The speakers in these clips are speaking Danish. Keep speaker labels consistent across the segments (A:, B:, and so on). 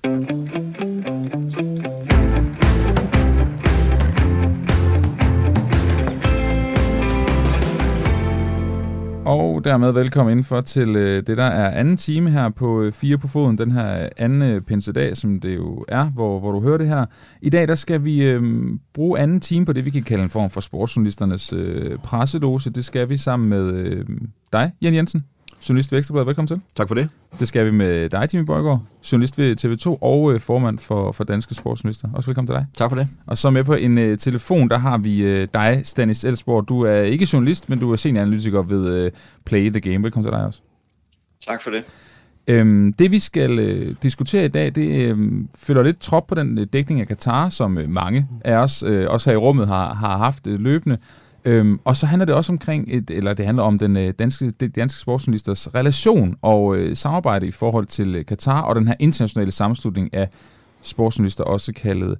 A: Og dermed velkommen indenfor til det, der er anden time her på 4 på foden, den her anden pinsedag, som det jo er, hvor du hører det her. I dag der skal vi bruge anden time på det, vi kan kalde en form for sportsjournalisternes pressedose. Det skal vi sammen med dig, Jan Jensen, journalist ved Ekstra Bladet. Velkommen til.
B: Tak for det.
A: Det skal vi med dig, Jimmy Bøjgaard, journalist ved TV2 og formand for Danske Sportsjournalister. Også velkommen til dig.
B: Tak for det.
A: Og så med på en telefon, der har vi dig, Stanis Elsborg. Du er ikke journalist, men du er senioranalytiker ved Play the Game. Velkommen til dig også.
C: Tak for det.
A: Det vi skal diskutere i dag, det følger lidt trop på den dækning af Katar, som mange af os, også her i rummet, har haft løbende. Og så handler det også omkring, det handler om de danske sportsjournalisters relation og samarbejde i forhold til Katar og den her internationale sammenslutning af sportsjournalister, også kaldet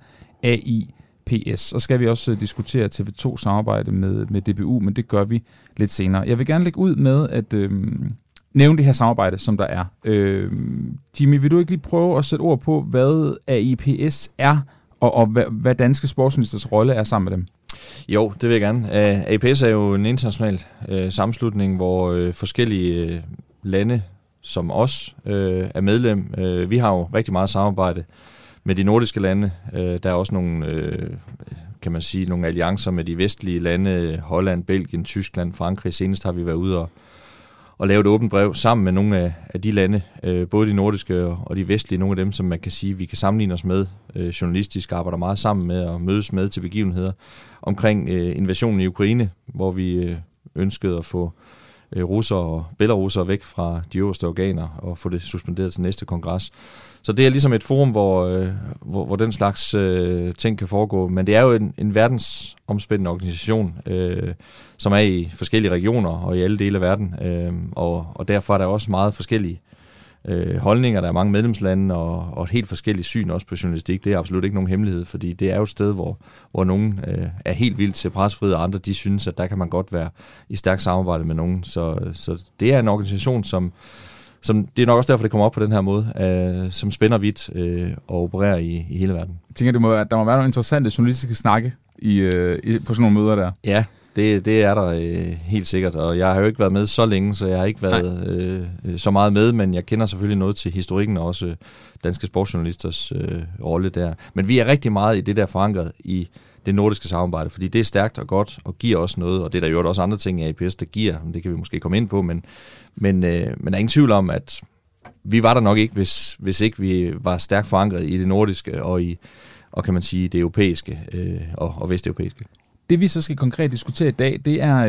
A: AIPS. Så skal vi også diskutere TV2 samarbejde med DBU, men det gør vi lidt senere. Jeg vil gerne lægge ud med at nævne det her samarbejde, som der er. Jimmy, vil du ikke lige prøve at sætte ord på, hvad AIPS er, og hvad danske sportsjournalisters rolle er sammen med dem?
B: Jo, det vil jeg gerne. AIPS er jo en international sammenslutning, hvor forskellige lande som os er medlem. Vi har jo rigtig meget samarbejde med de nordiske lande. Der er også nogle, kan man sige, nogle alliancer med de vestlige lande, Holland, Belgien, Tyskland, Frankrig. Senest har vi været ude og lave et åbent brev sammen med nogle af de lande, både de nordiske og de vestlige, nogle af dem, som man kan sige, vi kan sammenligne os med journalistisk, arbejder meget sammen med og mødes med til begivenheder omkring invasionen i Ukraine, hvor vi ønskede at få russere og belarusere væk fra de øverste organer og få det suspenderet til næste kongres. Så det er ligesom et forum, hvor den slags ting kan foregå, men det er jo en verdensomspændende organisation, som er i forskellige regioner og i alle dele af verden, og derfor er der også meget forskellige holdninger. Der er mange medlemslande og et helt forskelligt syn også på journalistik. Det er absolut ikke nogen hemmelighed, fordi det er jo et sted, hvor nogen er helt vildt til pressefrihed, og andre de synes, at der kan man godt være i stærkt samarbejde med nogen. Så det er en organisation, som det er nok også derfor, det kommer op på den her måde, som spænder vidt og opererer i hele verden.
A: Jeg tænker, der må være nogle interessante journalistiske snakke på sådan nogle møder der.
B: Ja, det er der helt sikkert, og jeg har jo ikke været med så længe, så jeg har ikke været så meget med, men jeg kender selvfølgelig noget til historikken og også danske sportsjournalisters rolle der. Men vi er rigtig meget i det der forankret i det nordiske samarbejde, fordi det er stærkt og godt og giver også noget, og det er der jo også andre ting i AIPS, der giver, men det kan vi måske komme ind på, men der er ingen tvivl om, at vi var der nok ikke, hvis ikke vi var stærkt forankret i det nordiske og kan man sige det europæiske og vesteuropæiske.
A: Det vi så skal konkret diskutere i dag, det er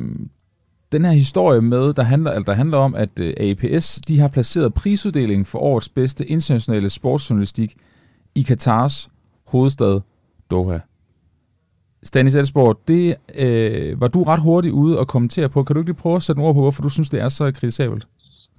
A: den her historie med, der handler om, at AIPS de har placeret prisuddelingen for årets bedste internationale sportsjournalistik i Katars hovedstad Doha. Stanis Elsborg, det var du ret hurtigt ude og kommentere på. Kan du ikke lige prøve at sætte ord på, hvorfor du synes, det er så kritisabelt?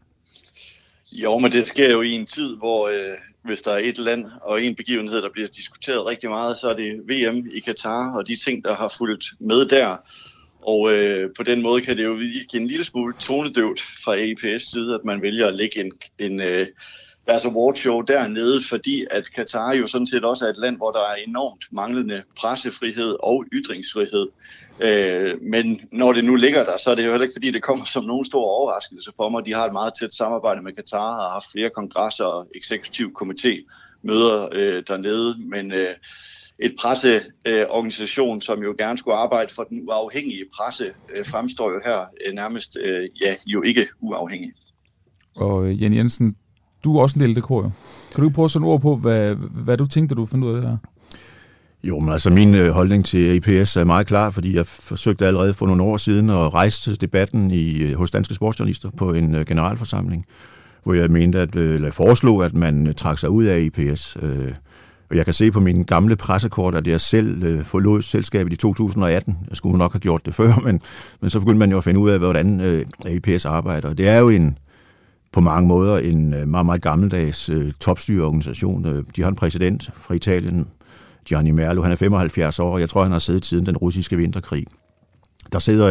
C: Jo, men det sker jo i en tid, hvor hvis der er et land og en begivenhed, der bliver diskuteret rigtig meget, så er det VM i Katar og de ting, der har fulgt med der. Og på den måde kan det jo virke en lille smule tonedøvt fra AIPS side, at man vælger at lægge deres awardshow dernede, fordi at Katar jo sådan set også er et land, hvor der er enormt manglende pressefrihed og ytringsfrihed. Men når det nu ligger der, så er det jo heller ikke, fordi det kommer som nogen stor overraskelse for mig. De har et meget tæt samarbejde med Katar og har haft flere kongresser og eksekutiv komité-møder dernede, men et presseorganisation, som jo gerne skulle arbejde for den uafhængige presse, fremstår jo her nærmest jo ikke uafhængig. Og
A: Jan Jensen, du er også en del af DK, jo. Kan du prøve at sætte ord på, hvad du tænkte, du fandt ud af det her?
D: Jo, men altså min holdning til AIPS er meget klar, fordi jeg forsøgte allerede for nogle år siden at rejse debatten hos danske sportsjournalister på en generalforsamling, hvor jeg mente foreslog, at man trak sig ud af AIPS. Og jeg kan se på mine gamle pressekort, at jeg selv forlod selskabet i 2018. Jeg skulle nok have gjort det før, men så begyndte man jo at finde ud af, hvordan AIPS arbejder. Det er jo på mange måder en meget, meget gammeldags topstyreorganisation. De har en præsident fra Italien, Gianni Merlo. Han er 75 år, og jeg tror, han har siddet siden den russiske vinterkrig. Der sidder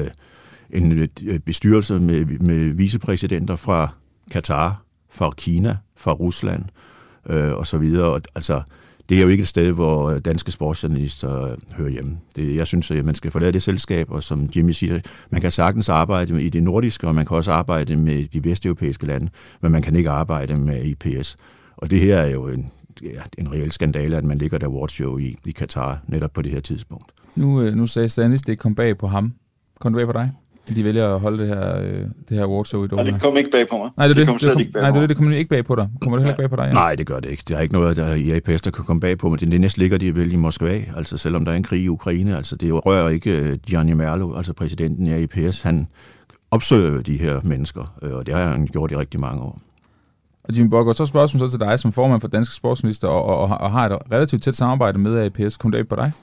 D: en bestyrelse med vicepræsidenter fra Katar, fra Kina, fra Rusland, og så videre. Og, altså, det er jo ikke et sted, hvor danske sportsjournalister hører hjemme. Jeg synes, at man skal forlade det selskab, og som Jimmy siger, man kan sagtens arbejde med i det nordiske, og man kan også arbejde med de vesteuropæiske lande, men man kan ikke arbejde med IPS. Og det her er jo en reel skandale, at man ligger der awardshow i Katar netop på det her tidspunkt.
A: Nu sagde Stanis, det kom bag på ham. Kom det bag på dig? De vælger at holde det her awardshow i Doha.
C: Nej, det kom ikke bag på mig.
A: Nej, det kom ikke bag på dig. Kommer det heller ikke bag på dig? Ja?
D: Nej, det gør det ikke. Der er ikke noget der i APS, der kan komme bag på, men det næste ligger de vel i Moskva, altså selvom der er en krig i Ukraine. Altså det rører ikke Gianni Merlo, altså præsidenten i APS. Han opsøger de her mennesker, og det har han gjort i rigtig mange år.
A: Og Jimmy Borgård, så spørgsmål så til dig som formand for Danske Sportsjournalister og har et relativt tæt samarbejde med APS. Kom det af på dig?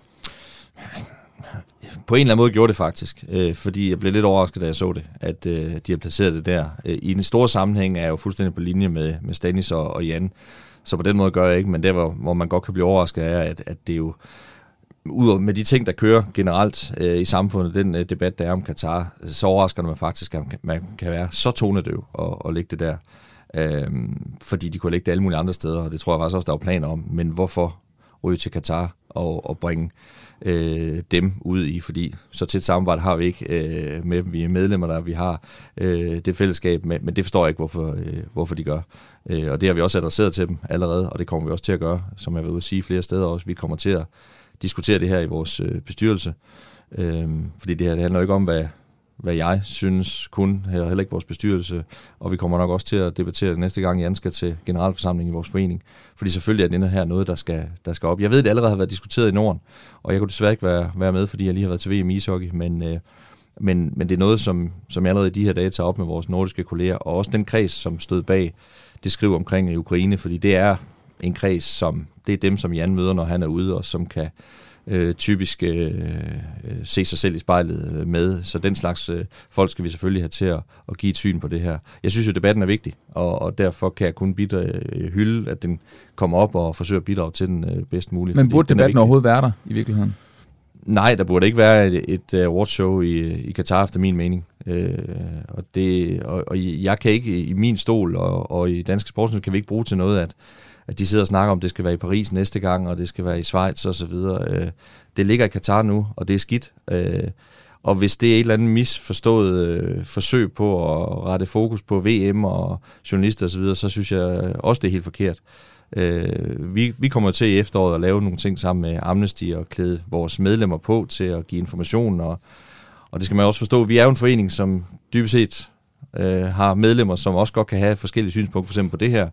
B: På en eller anden måde gjorde det faktisk, fordi jeg blev lidt overrasket, da jeg så det, at de har placeret det der. I den store sammenhæng er jeg jo fuldstændig på linje med Stanis og Jan, så på den måde gør jeg ikke, men der hvor man godt kan blive overrasket er, at det jo, ud med de ting, der kører generelt i samfundet, den debat, der er om Katar, så overrasker det mig faktisk, at man kan være så tonedøv og lægge det der, fordi de kunne lægge det alle mulige andre steder, og det tror jeg faktisk også, der var planer om, men hvorfor ryge til Katar og bringe dem ud i, fordi så tæt samarbejde har vi ikke med dem. Vi er medlemmer der, vi har det fællesskab, men det forstår jeg ikke, hvorfor de gør. Og det har vi også adresseret til dem allerede, og det kommer vi også til at gøre, som jeg vil sige flere steder også. Vi kommer til at diskutere det her i vores bestyrelse, fordi det her det handler ikke om, hvad jeg synes kun, heller ikke vores bestyrelse, og vi kommer nok også til at debattere det næste gang, Jan skal til generalforsamling i vores forening, fordi selvfølgelig er det her noget, der skal op. Jeg ved, det allerede har været diskuteret i Norden, og jeg kunne desværre ikke være med, fordi jeg lige har været til VM i ishockey, men det er noget, som jeg allerede i de her dage tager op med vores nordiske kolleger, og også den kreds, som stod bag det skriv omkring i Ukraine, fordi det er en kreds, det er dem, som Jan møder, når han er ude, og som kan typisk se sig selv i spejlet med. Så den slags folk skal vi selvfølgelig have til at give et syn på det her. Jeg synes jo, debatten er vigtig, og derfor kan jeg kun hylde, at den kommer op og forsøger at bidrage til den bedst muligt.
A: Men burde debatten overhovedet være der i virkeligheden?
B: Nej, der burde ikke være et awardshow i Katar, efter min mening. Og jeg kan ikke i min stol, og i Danske Sportsjournalister kan vi ikke bruge til noget, at de sidder og snakker om, det skal være i Paris næste gang, og det skal være i Schweiz og så videre. Det ligger i Katar nu, og det er skidt. Og hvis det er et eller andet misforstået forsøg på at rette fokus på VM og journalister og så videre, så synes jeg også, det er helt forkert. Vi kommer til i efteråret at lave nogle ting sammen med Amnesty og klæde vores medlemmer på til at give information, og det skal man også forstå. Vi er jo en forening, som dybest set har medlemmer, som også godt kan have forskellige synspunkter, for eksempel på det her,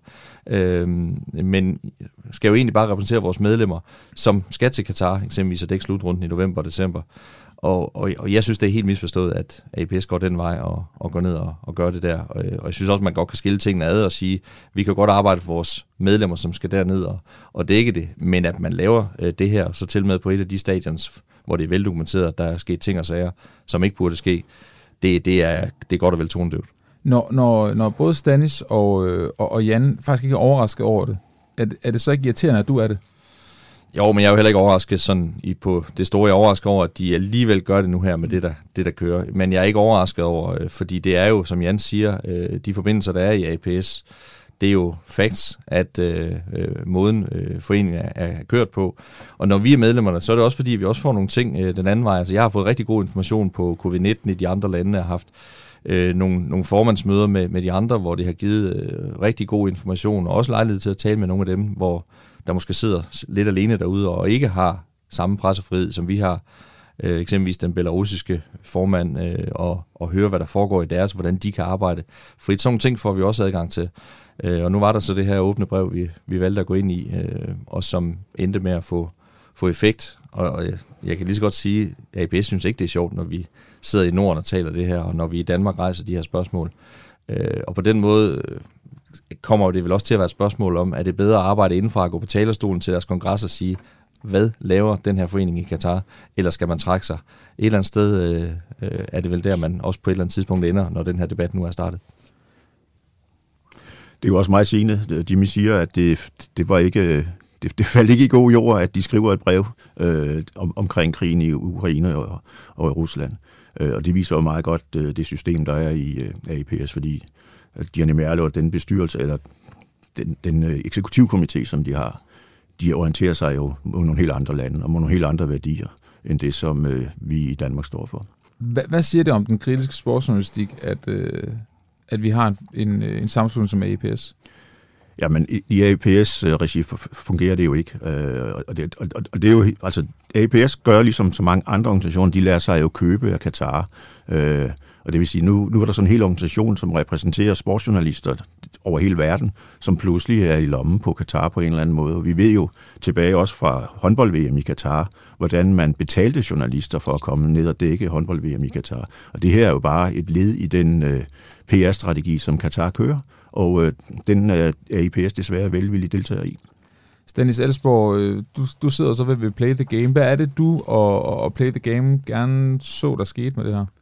B: men skal jo egentlig bare repræsentere vores medlemmer, som skal til Katar, eksempelvis, og det er ikke slutrunden i november og december. Og jeg synes, det er helt misforstået, at APS går den vej og går ned og gør det der. Og jeg synes også, man godt kan skille tingene ad og sige, vi kan godt arbejde for vores medlemmer, som skal derned og dække det, men at man laver det her, så til med på et af de stadions, hvor det er veldokumenteret, at der er sket ting og sager, som ikke burde ske, det er godt og vel tonedøvt.
A: Når både Stanis og Jan faktisk ikke er overrasket over det, er det så ikke irriterende, at du er det?
B: Jo, men jeg er jo heller ikke overrasket sådan på det store. Jeg er overrasket over, at de alligevel gør det nu her med det, der kører. Men jeg er ikke overrasket over, fordi det er jo, som Jan siger, de forbindelser, der er i APS, det er jo facts, at måden foreningen er kørt på. Og når vi er medlemmerne, så er det også fordi, vi også får nogle ting den anden vej. Altså, jeg har fået rigtig god information på covid-19 i de andre lande. Jeg har haft nogle formandsmøder med de andre, hvor de har givet rigtig god information, og også lejlighed til at tale med nogle af dem, hvor der måske sidder lidt alene derude og ikke har samme pressefrihed, som vi har. Eksempelvis den belarusiske formand, og høre, hvad der foregår i deres, hvordan de kan arbejde. For sådan nogle ting får vi også adgang til. Og nu var der så det her åbne brev, vi valgte at gå ind i, og som endte med at få effekt. Og jeg kan lige så godt sige, at APS synes ikke, det er sjovt, når vi sidder i Norden og taler det her, og når vi i Danmark rejser de her spørgsmål. Og på den måde kommer det vel også til at være et spørgsmål om, er det bedre at arbejde indenfra at gå på talerstolen til deres kongres og sige, hvad laver den her forening i Katar, eller skal man trække sig? Et eller andet sted er det vel der, man også på et eller andet tidspunkt ender, når den her debat nu er startet.
D: Det er jo også meget sigende. Jimmy siger, at det var ikke... Det faldt ikke i god jord, at de skriver et brev omkring krigen i Ukraine og Rusland. Og det viser jo meget godt det system, der er i APS, fordi Gianni Merlo og den bestyrelse, eller den eksekutivkomité, som de har, de orienterer sig jo mod nogle helt andre lande og mod nogle helt andre værdier, end det, som vi i Danmark står for.
A: Hvad siger det om den kritiske sportsjournalistik, at vi har en sammenslutning som AIPS?
D: Jamen, i AIPS-regi fungerer det jo ikke. Og det er jo, altså, AIPS gør ligesom så mange andre organisationer, de lader sig jo købe af Qatar. Og det vil sige, nu er der sådan en hel organisation, som repræsenterer sportsjournalister over hele verden, som pludselig er i lommen på Qatar på en eller anden måde. Og vi ved jo tilbage også fra håndbold-VM i Qatar, hvordan man betalte journalister for at komme ned og dække håndbold-VM i Qatar. Og det her er jo bare et led i den PR-strategi, som Qatar kører, og den er AIPS desværre velvillig deltager i.
A: Stanis Elsborg, du sidder så ved Play the Game. Hvad er det, du og Play the Game gerne så, der skete med det her?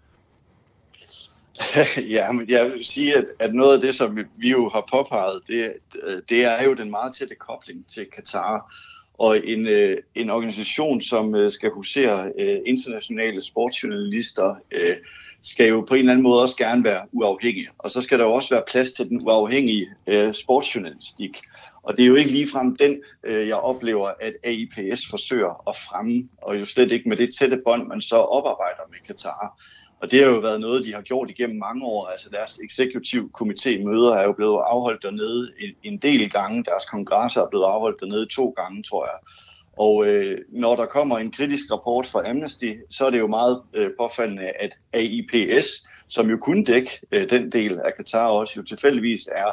C: Ja, men jeg vil sige, at noget af det, som vi jo har påpeget, det er jo den meget tætte kobling til Qatar. Og en organisation, som skal husere internationale sportsjournalister, skal jo på en eller anden måde også gerne være uafhængig. Og så skal der jo også være plads til den uafhængige sportsjournalistik. Og det er jo ikke ligefrem den, jeg oplever, at AIPS forsøger at fremme, og jo slet ikke med det tætte bånd, man så oparbejder med Qatar. Og det har jo været noget, de har gjort igennem mange år. Altså deres executive komité-møder er jo blevet afholdt dernede en del gange. Deres kongresser er blevet afholdt dernede 2 gange, tror jeg. Og når der kommer en kritisk rapport fra Amnesty, så er det jo meget påfaldende, at AIPS, som jo kunne dække den del af Qatar også, jo tilfældigvis er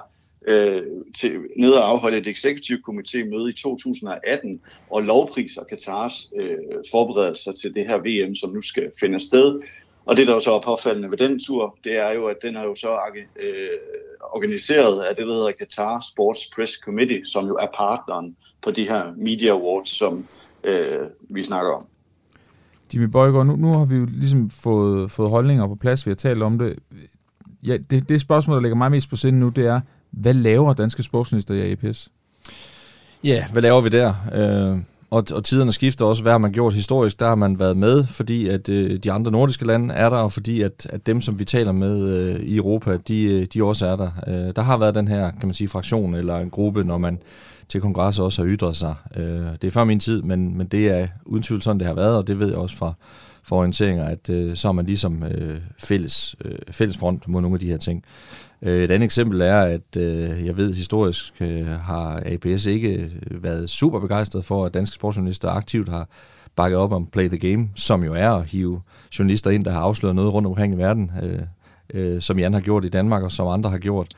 C: nede og afholde et executive komité-møde i 2018 og lovpriser Qatars forberedelser til det her VM, som nu skal finde sted. Og det, der jo så er påfaldende ved den tur, det er jo, at den er jo så organiseret af det, der hedder Qatar Sports Press Committee, som jo er partneren på de her Media Awards, som vi snakker om.
A: Jimmy Bøjgaard, nu har vi jo ligesom fået holdninger på plads, vi har talt om det. Ja, det spørgsmål, der ligger mig mest på sinde nu, det er, hvad laver danske sportsjournalister i AIPS?
B: Ja, hvad laver vi der? Og tiderne skifter også, hvad har man gjort historisk. Der har man været med, fordi at de andre nordiske lande er der, og fordi at dem, som vi taler med i Europa, de også er der. Der har været den her, kan man sige, fraktion eller en gruppe, når man til kongresser også har ytret sig. Det er før min tid, men det er uden tvivl sådan, det har været, og det ved jeg også fra orienteringer, at så er man ligesom fælles front mod nogle af de her ting. Et andet eksempel er, at jeg ved historisk har AIPS ikke været super begejstret for, at danske sportsjournalister aktivt har bakket op om Play the Game, som jo er at hive journalister ind, der har afsløret noget rundt omkring i verden, som Jan har gjort i Danmark, og som andre har gjort.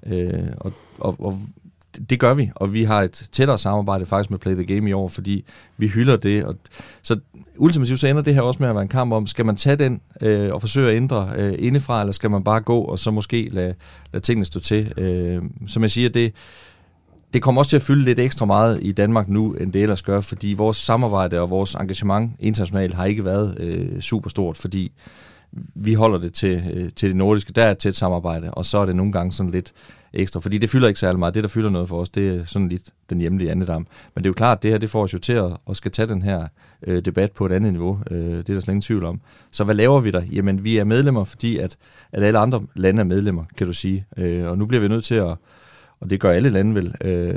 B: Og det gør vi, og vi har et tættere samarbejde faktisk med Play the Game i år, fordi vi hylder det. Og så ultimativt så ender det her også med at være en kamp om, skal man tage den og forsøge at ændre indefra, eller skal man bare gå og så måske lade tingene stå til. Som jeg siger, det kommer også til at fylde lidt ekstra meget i Danmark nu, end det ellers gør, fordi vores samarbejde og vores engagement internationalt har ikke været super stort, fordi vi holder det til det nordiske, der er et tæt samarbejde, og så er det nogle gange sådan lidt ekstra, fordi det fylder ikke særlig meget. Det, der fylder noget for os, det er sådan lidt den hjemlige andedam. Men det er jo klart, at det her, det får os jo til at skal tage den her debat på et andet niveau. Det er der slet ingen tvivl om. Så hvad laver vi der? Jamen, vi er medlemmer, fordi at alle andre lande er medlemmer, kan du sige. Og nu bliver vi nødt til at, og det gør alle lande vel,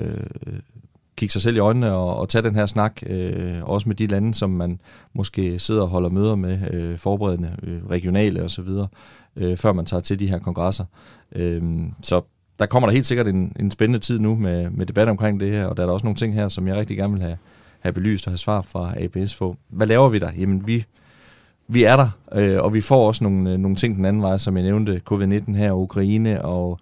B: kigge sig selv i øjnene og tage den her snak, også med de lande, som man måske sidder og holder møder med, forberedende, regionale osv., før man tager til de her kongresser. Så der kommer der helt sikkert en spændende tid nu med debat omkring det her, og der er der også nogle ting her, som jeg rigtig gerne vil have belyst og have svar fra AIPS på. Hvad laver vi der? Jamen, vi er der, og vi får også nogle ting den anden vej, som jeg nævnte, COVID-19 her, Ukraine og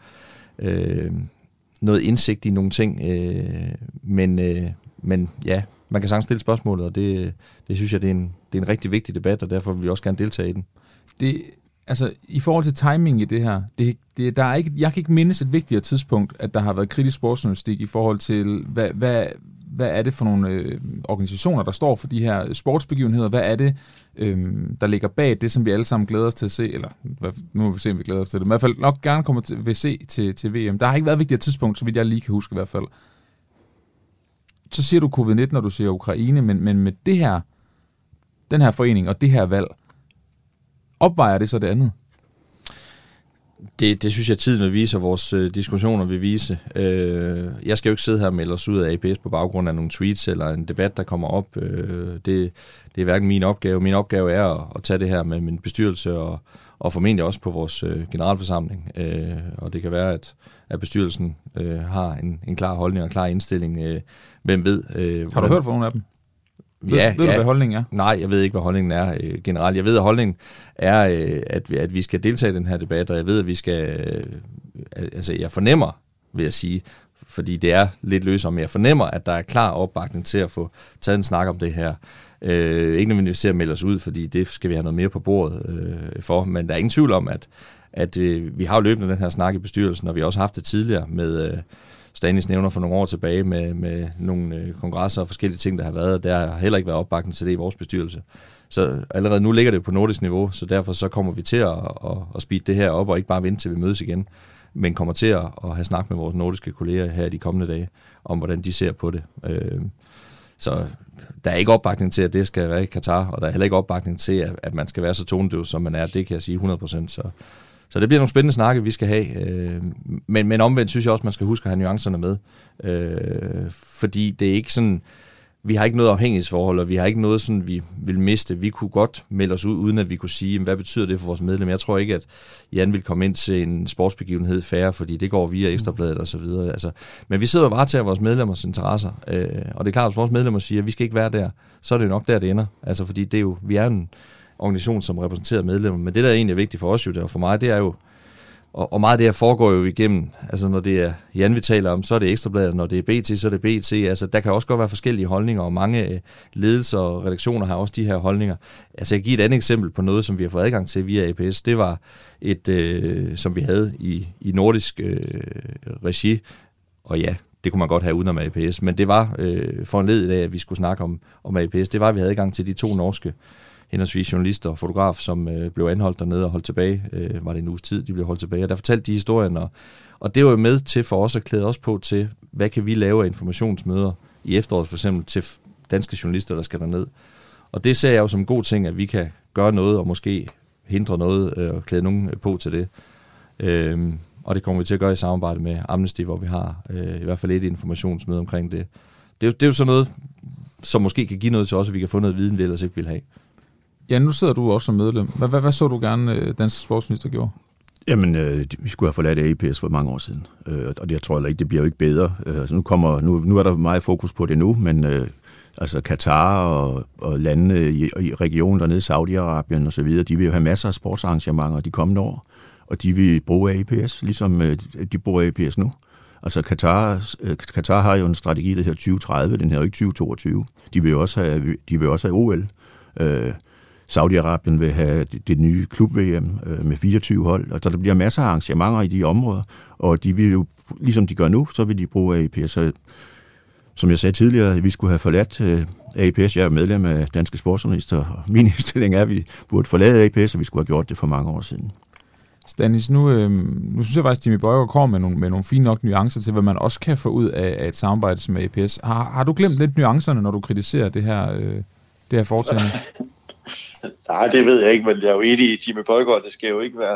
B: noget indsigt i nogle ting, men ja, man kan sagtens stille spørgsmålet, og det synes jeg, det er en rigtig vigtig debat, og derfor vil vi også gerne deltage i den.
A: Altså, i forhold til timing i det her, der er ikke, jeg kan ikke mindes et vigtigere tidspunkt, at der har været kritisk sportsjournalistik i forhold til, hvad er det for nogle organisationer, der står for de her sportsbegivenheder? Hvad er det, der ligger bag det, som vi alle sammen glæder os til at se? Eller nu må vi se, om vi glæder os til det. Men i hvert fald nok gerne kommer til at se til VM. Der har ikke været et vigtigere tidspunkt, så vidt jeg lige kan huske i hvert fald. Så siger du COVID-19, når du siger Ukraine, men med det her, den her forening og det her valg, opvejer det så det andet?
B: Det synes jeg, tiden vil vise, og vores diskussioner vil vise. Jeg skal jo ikke sidde her og melde os ud af APS på baggrund af nogle tweets eller en debat, der kommer op. Det er hverken min opgave. Min opgave er at tage det her med min bestyrelse og formentlig også på vores generalforsamling. Og det kan være, at bestyrelsen har en klar holdning og en klar indstilling. Hvem ved?
A: Har du hørt fra nogle af dem? Ved du, hvad holdningen er?
B: Nej, jeg ved ikke, hvad holdningen er generelt. Jeg ved, at holdningen er, at vi skal deltage i den her debat, og jeg ved, at vi skal... altså, jeg fornemmer, vil jeg sige, fordi det er lidt løst, men jeg fornemmer, at der er klar opbakning til at få taget en snak om det her. Ikke nødvendigvis til at melde os ud, fordi det skal vi have noget mere på bordet for, men der er ingen tvivl om, at vi har jo løbende den her snak i bestyrelsen, og vi har også haft det tidligere med... Stanis nævner for nogle år tilbage med nogle kongresser og forskellige ting, der har været, og der har heller ikke været opbakning til det i vores bestyrelse. Så allerede nu ligger det på nordisk niveau, så derfor så kommer vi til at speede det her op, og ikke bare vente til vi mødes igen, men kommer til at have snak med vores nordiske kolleger her de kommende dage, om hvordan de ser på det. Så der er ikke opbakning til, at det skal være i Katar, og der er heller ikke opbakning til, at man skal være så tonedøv, som man er. Det kan jeg sige 100%. Så det bliver nogle spændende snakke, vi skal have. Men omvendt synes jeg også, man skal huske at have nuancerne med. Fordi det er ikke sådan... Vi har ikke noget afhængighedsforhold, og vi har ikke noget sådan, vi vil miste. Vi kunne godt melde os ud, uden at vi kunne sige, hvad betyder det for vores medlemmer. Jeg tror ikke, at Jan vil komme ind til en sportsbegivenhed færre, fordi det går via Ekstrabladet og så videre. Altså, men vi sidder og varetager vores medlemmers interesser. Og det er klart, at vores medlemmer siger, at vi skal ikke være der. Så er det jo nok der, det ender. Altså, fordi det er jo, vi er en organisation, som repræsenterer medlemmer. Men det, der er egentlig vigtigt for os, og for mig, det er jo, og meget af det her foregår jo igennem, altså når det er Jan, vi taler om, så er det Ekstrabladet, når det er BT, så er det BT. Altså, der kan også godt være forskellige holdninger, og mange ledelser og redaktioner har også de her holdninger. Altså, jeg giver et andet eksempel på noget, som vi har fået adgang til via APS. Det var et, som vi havde i nordisk regi, og ja, det kunne man godt have udenom APS, men det var foranledet af, at vi skulle snakke om APS. Det var, at vi havde adgang til de 2 norske henholdsvis journalister og fotograf, som blev anholdt dernede og holdt tilbage. Var det en uges tid, de blev holdt tilbage. Og der fortalte de historier, og det var jo med til for os at klæde os på til, hvad kan vi lave af informationsmøder i efteråret for eksempel til danske journalister, der skal derned. Og det ser jeg jo som en god ting, at vi kan gøre noget og måske hindre noget og klæde nogen på til det. Og det kommer vi til at gøre i samarbejde med Amnesty, hvor vi har i hvert fald et informationsmøde omkring det. Det er jo sådan noget, som måske kan give noget til os, at vi kan få noget viden, vi ellers ikke vil have.
A: Ja, nu sidder du også som medlem. Hvad så du gerne, danske sportsminister gjorde?
D: Jamen, vi skulle have forladt APS for mange år siden, og det jeg tror jeg ikke, det bliver jo ikke bedre. Altså, nu er der meget fokus på det nu, men altså Katar og landene i regionen dernede, Saudi-Arabien og så videre, de vil jo have masser af sportsarrangementer de kommende år, og de vil bruge APS, ligesom de bruger APS nu. Altså Katar har jo en strategi, der hedder 2030, den her jo ikke 2022. De vil også have OL. Saudi-Arabien vil have det nye klub-VM med 24 hold, og så der bliver masser af arrangementer i de områder, og de vil jo, ligesom de gør nu, så vil de bruge APS. Så, som jeg sagde tidligere, vi skulle have forladt APS. Jeg er medlem af Danske Sportsjournalister, og min indstilling er, at vi burde forlade APS, og vi skulle have gjort det for mange år siden.
A: Stanis, nu synes jeg faktisk, at Jimmy Bøjgaard kommer med nogle fine nok nuancer til, hvad man også kan få ud af et samarbejde som APS. Har du glemt lidt nuancerne, når du kritiserer det her foretagende?
C: Nej, det ved jeg ikke, men jeg er jo enig i Jimmy Bøjgaard. Det skal jo ikke være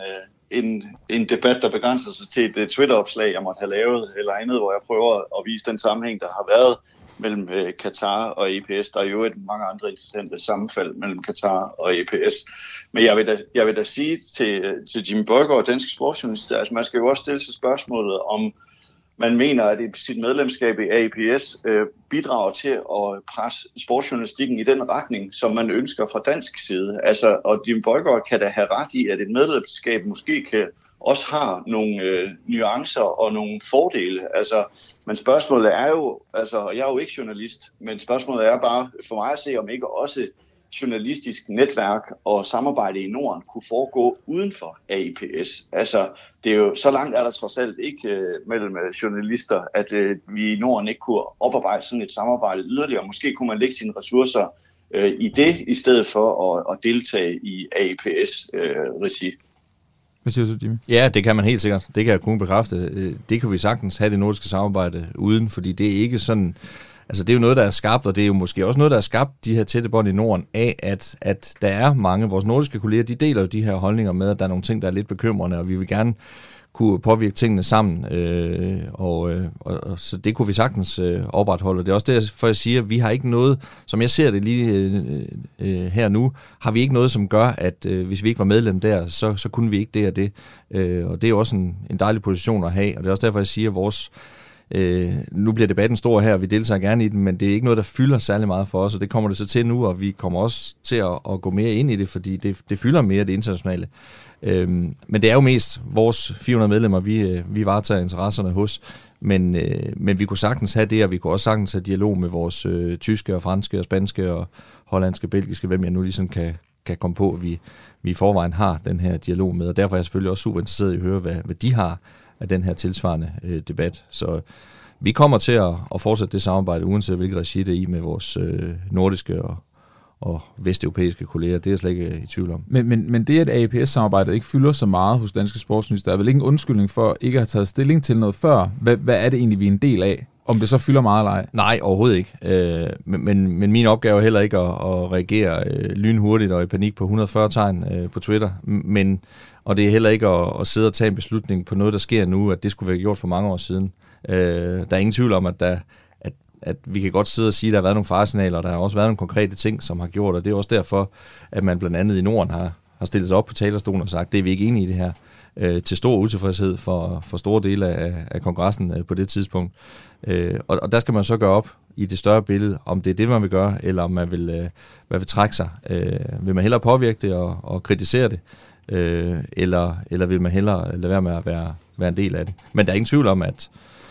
C: en debat, der begrænser sig til et Twitter-opslag, jeg måtte have lavet, eller andet, hvor jeg prøver at vise den sammenhæng, der har været mellem Katar og APS. Der er jo mange andre interessante sammenfald mellem Katar og APS. Men jeg vil da sige til Jimmy Bøjgaard, danske sportsjournalister, altså man skal jo også stille sig spørgsmålet om, man mener, at sit medlemskab i APS bidrager til at presse sportsjournalistikken i den retning, som man ønsker fra dansk side. Altså, og Jimmy Bøjgaard kan da have ret i, at et medlemskab måske også har nogle nuancer og nogle fordele. Altså, men spørgsmålet er jo, altså, jeg er jo ikke journalist, men spørgsmålet er bare for mig at se, om ikke også journalistisk netværk og samarbejde i Norden kunne foregå uden for AIPS. Altså, det er jo så langt er der trods alt ikke mellem journalister, at vi i Norden ikke kunne oparbejde sådan et samarbejde yderligere. Måske kunne man lægge sine ressourcer i det, i stedet for at deltage i AIPS-regi.
A: Hvad siger du, Jimmy?
B: Ja, det kan man helt sikkert. Det kan jeg kun bekræfte. Det kan vi sagtens have det nordiske samarbejde uden, fordi det er ikke sådan... Altså det er jo noget, der er skabt, og det er jo måske også noget, der er skabt, de her tætte bånd i Norden, af at der er mange af vores nordiske kolleger, de deler jo de her holdninger med, at der er nogle ting, der er lidt bekymrende, og vi vil gerne kunne påvirke tingene sammen, og så det kunne vi sagtens opretholde. Det er også derfor, jeg siger, at vi har ikke noget, som jeg ser det lige her nu, har vi ikke noget, som gør, at hvis vi ikke var medlem der, så kunne vi ikke det og det. Og det er jo også en dejlig position at have, og det er også derfor, jeg siger, at vores nu bliver debatten stor her, og vi deltager gerne i den, men det er ikke noget, der fylder særlig meget for os, og det kommer det så til nu, og vi kommer også til at gå mere ind i det, fordi det fylder mere det internationale. Men det er jo mest vores 400 medlemmer, vi varetager interesserne hos, men vi kunne sagtens have det, og vi kunne også sagtens have dialog med vores tyske og franske og spanske og hollandske, belgiske, hvem jeg nu ligesom kan komme på, vi i forvejen har den her dialog med, og derfor er jeg selvfølgelig også super interesseret i at høre, hvad de har af den her tilsvarende debat. Så vi kommer til at fortsætte det samarbejde, uanset hvilket regi det er i med vores nordiske og vesteuropæiske kolleger. Det er jeg slet ikke i tvivl om.
A: Men det, at AIPS-samarbejdet ikke fylder så meget hos danske sportsnyheder, er vel ikke en undskyldning for ikke at have taget stilling til noget før? Hvad er det egentlig, vi er en del af? Om det så fylder meget eller ej?
B: Nej, overhovedet ikke. Men min opgave er heller ikke at reagere lynhurtigt og i panik på 140 tegn på Twitter. Og det er heller ikke at sidde og tage en beslutning på noget, der sker nu, at det skulle være gjort for mange år siden. Der er ingen tvivl om, at vi kan godt sidde og sige, at der har været nogle faresignaler, og der har også været nogle konkrete ting, som har gjort, og det er også derfor, at man blandt andet i Norden har stillet sig op på talerstolen og sagt, det er vi ikke enige i det her, til stor utilfredshed for store dele af kongressen på det tidspunkt. Og der skal man så gøre op i det større billede, om det er det, man vil gøre, eller om man vil trække sig. Vil man hellere påvirke det og kritisere det, eller vil man hellere lade være med at være en del af det. Men der er ingen tvivl om, at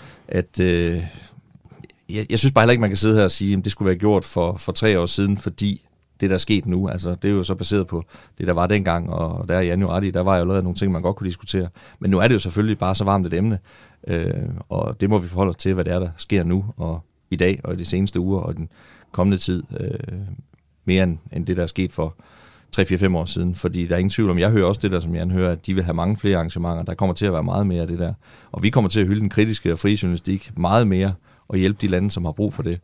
B: jeg synes bare heller ikke, man kan sidde her og sige, at det skulle være gjort for 3 år siden, fordi det, der er sket nu, altså det er jo så baseret på det, der var dengang, og der er Jan jo ret i, der var jo lavet nogle ting, man godt kunne diskutere. Men nu er det jo selvfølgelig bare så varmt et emne, og det må vi forholde os til, hvad det er, der sker nu, og i dag, og i de seneste uger, og den kommende tid, mere end det, der er sket for 3-4-5 år siden, fordi der er ingen tvivl om, jeg hører også det der, som Jan hører, at de vil have mange flere arrangementer, der kommer til at være meget mere af det der, og vi kommer til at hylde den kritiske og frie journalistik meget mere, og hjælpe de lande, som har brug for det.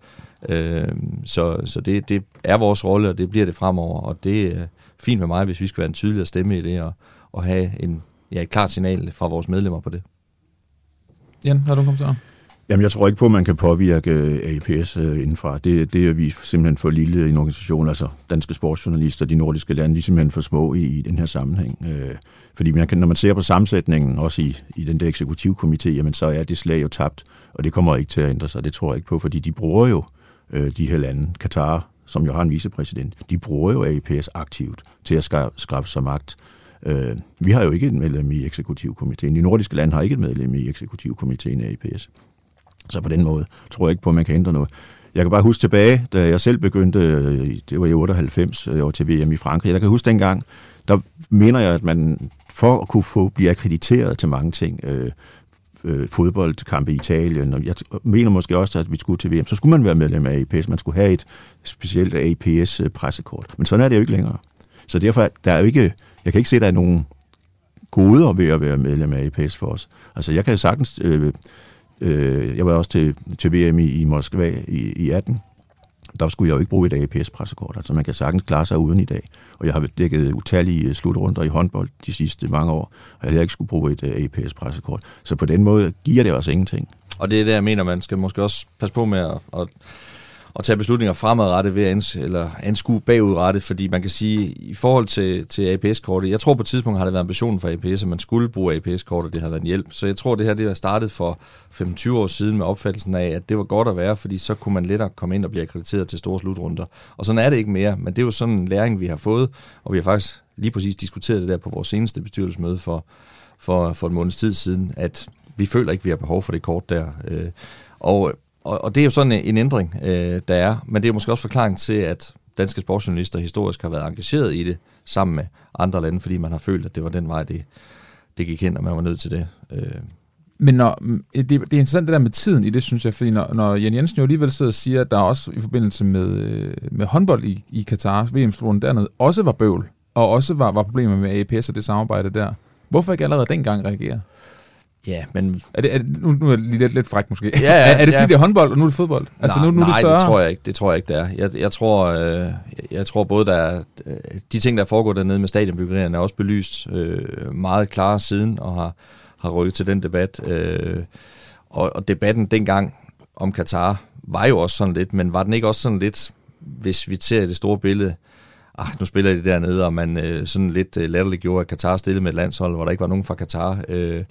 B: Så det er vores rolle, og det bliver det fremover, og det er fint med mig, hvis vi skal være en tydeligere stemme i det, og have et klart signal fra vores medlemmer på det.
A: Jan, har du kommet til?
D: Jamen, jeg tror ikke på, at man kan påvirke AIPS indenfra. Det er vi simpelthen for lille en organisation, altså danske sportsjournalister, de nordiske lande, de er simpelthen for små i den her sammenhæng. Fordi når man ser på sammensætningen, også i den der eksekutivkomité, jamen så er det slag jo tabt, og det kommer ikke til at ændre sig, det tror jeg ikke på, fordi de bruger jo de her lande, Katar, som jo har en vicepræsident, de bruger jo AIPS aktivt til at skaffe sig magt. Vi har jo ikke et medlem i eksekutivkomiteen. De nordiske lande har ikke et medlem i eksekutivkomiteen af AIPS. Så på den måde tror jeg ikke på, at man kan ændre noget. Jeg kan bare huske tilbage, da jeg selv begyndte, det var i 98, over til VM i Frankrig. Jeg kan huske dengang, der mener jeg, at man for at kunne blive akkrediteret til mange ting, fodboldkampe i Italien, og jeg mener måske også, at vi skulle til VM, så skulle man være medlem af AIPS. Man skulle have et specielt AIPS-pressekort. Men sådan er det jo ikke længere. Så derfor, der er jo ikke, jeg kan ikke se, at der er nogen goder ved at være medlem af AIPS for os. Altså, jeg kan sagtens... Jeg var også til VM i Moskva i 18. Der skulle jeg jo ikke bruge et AIPS-pressekort. Altså man kan sagtens klare sig uden i dag. Og jeg har dækket utallige slutrunder i håndbold de sidste mange år, og jeg ikke skulle bruge et AIPS-pressekort. Så på den måde giver det også ingenting. Og det er det, jeg mener, man skal måske også passe på med at tage beslutninger fremadrettet ved at anskue bagudrettet, fordi man kan sige, i forhold til AIPS-kortet, jeg tror på et tidspunkt har det været ambitionen for AIPS, at man skulle bruge AIPS-kortet, det har været en hjælp. Så jeg tror, det her det er startet for 25 år siden med opfattelsen af, at det var godt at være, fordi så kunne man lettere komme ind og blive akkrediteret til store slutrunder. Og sådan er det ikke mere, men det er jo sådan en læring, vi har fået, og vi har faktisk lige præcis diskuteret det der på vores seneste bestyrelsesmøde for en måneds tid siden, at vi føler ikke, vi har behov for det kort der. Og det er jo sådan en ændring, der er, men det er måske også forklaring til, at danske sportsjournalister historisk har været engageret i det sammen med andre lande, fordi man har følt, at det var den vej, det gik hen, og man var nødt til det.
A: Men det er interessant det der med tiden i det, synes jeg, fordi når Jan Jensen jo alligevel sidder og siger, at der også i forbindelse med håndbold i Katar, VM-slutrunden dernede, også var bøvl, og også var problemer med AIPS og det samarbejde der. Hvorfor ikke allerede dengang reagere?
B: Ja, men...
A: Nu er det lidt frækt måske.
B: Ja,
A: er det fordi, det er håndbold, og nu er det fodbold? Altså, nu er det større?
B: Det tror jeg ikke. Det tror jeg ikke, det er. Jeg tror både, der er... De ting, der foregår dernede med stadionbyggerierne, er også belyst meget klare siden, og har rykket til den debat. Og debatten dengang om Katar var jo også sådan lidt, men var den ikke også sådan lidt, hvis vi ser det store billede, nu spiller de dernede, og man sådan lidt latterligt gjorde, at Katar stillede med et landshold, hvor der ikke var nogen fra Katar,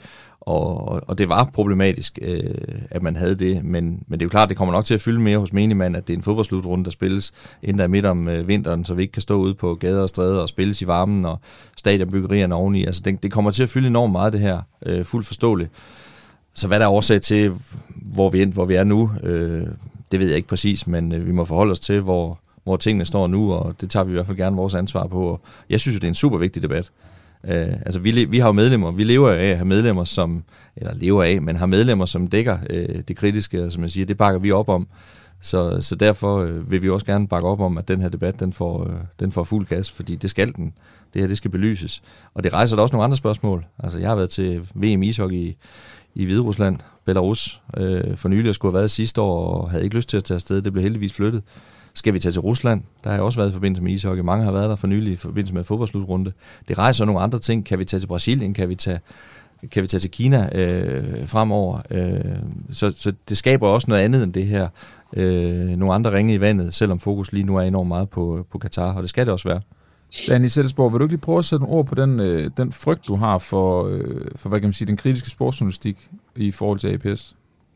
B: og det var problematisk, at man havde det, men det er jo klart, det kommer nok til at fylde mere hos menigmand, at det er en fodboldslutrunde, der spilles inden der er midt om vinteren, så vi ikke kan stå ude på gader og stræder og spilles i varmen, og stadionbyggerierne oveni. Altså det kommer til at fylde enormt meget, det her, fuldt forståeligt. Så hvad der er årsag til, hvor vi er nu, det ved jeg ikke præcis, men vi må forholde os til, hvor tingene står nu, og det tager vi i hvert fald gerne vores ansvar på. Og jeg synes jo, det er en super vigtig debat. Altså vi har jo medlemmer, vi lever af at have medlemmer, men har medlemmer, som dækker det kritiske, og som jeg siger, det bakker vi op om. Så derfor vil vi også gerne bakke op om, at den her debat, den får fuld gas, fordi det skal den. Det her, det skal belyses. Og det rejser da også nogle andre spørgsmål. Altså jeg har været til VM ishockey i Hviderusland, Belarus, for nylig, og skulle have været sidste år, og havde ikke lyst til at tage afsted. Det blev heldigvis flyttet. Skal vi tage til Rusland? Der har jeg også været i forbindelse med ishockey. Mange har været der for nylig i forbindelse med fodboldslutrunde. Det rejser nogle andre ting. Kan vi tage til Brasilien? Kan vi tage til Kina fremover? Så det skaber også noget andet end det her. Nogle andre ringe i vandet, selvom fokus lige nu er enormt meget på Katar, og det skal det også være.
A: Stanley Sættesborg, vil du ikke lige prøve at sætte nogle ord på den frygt, du har for hvad kan man sige, den kritiske sportsjournalistik i forhold til APS?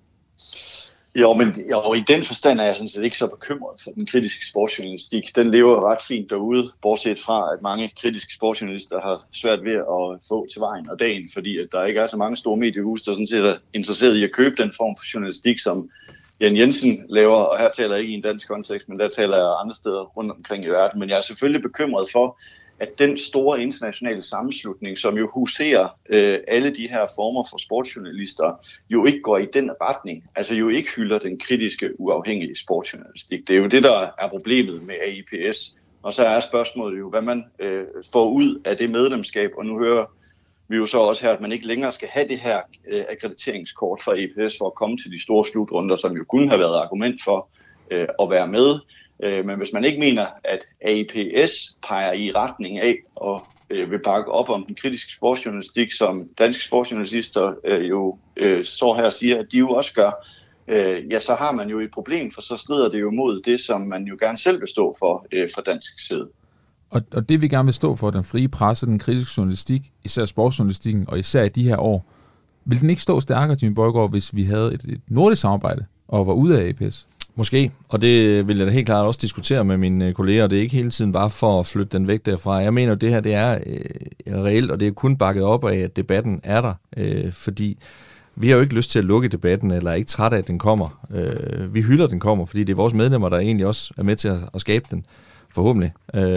C: Jo, men i den forstand er jeg sådan set ikke så bekymret for den kritiske sportsjournalistik. Den lever ret fint derude, bortset fra, at mange kritiske sportsjournalister har svært ved at få til vejen og dagen, fordi at der ikke er så mange store mediehus, der sådan set er interesseret i at købe den form for journalistik, som Jan Jensen laver, og her taler jeg ikke i en dansk kontekst, men der taler jeg andre steder rundt omkring i verden. Men jeg er selvfølgelig bekymret for, at den store internationale sammenslutning, som jo huserer alle de her former for sportsjournalister, jo ikke går i den retning. Altså jo ikke hylder den kritiske, uafhængige sportsjournalistik. Det er jo det, der er problemet med AIPS. Og så er spørgsmålet jo, hvad man får ud af det medlemskab, og nu hører vi jo så også her, at man ikke længere skal have det her akkrediteringskort fra AIPS for at komme til de store slutrunder, som jo kunne have været argument for at være med. Men hvis man ikke mener, at AIPS peger i retning af og vil bakke op om den kritiske sportsjournalistik, som danske sportsjournalister står her og siger, at de jo også gør, ja, så har man jo et problem, for så strider det jo mod det, som man jo gerne selv vil stå for fra dansk side.
A: Og det vi gerne vil stå for, den frie presse, den kritiske journalistik, især sportsjournalistikken, og især i de her år, vil den ikke stå stærkere, Jimmy Bøjgaard, hvis vi havde et nordisk samarbejde og var ude af APS?
B: Måske, og det vil jeg da helt klart også diskutere med mine kolleger, og det er ikke hele tiden bare for at flytte den væk derfra. Jeg mener, at det her det er reelt, og det er kun bakket op af, at debatten er der, fordi vi har jo ikke lyst til at lukke debatten, eller er ikke træt af, at den kommer. Vi hylder, at den kommer, fordi det er vores medlemmer, der egentlig også er med til at skabe den, forhåbentlig.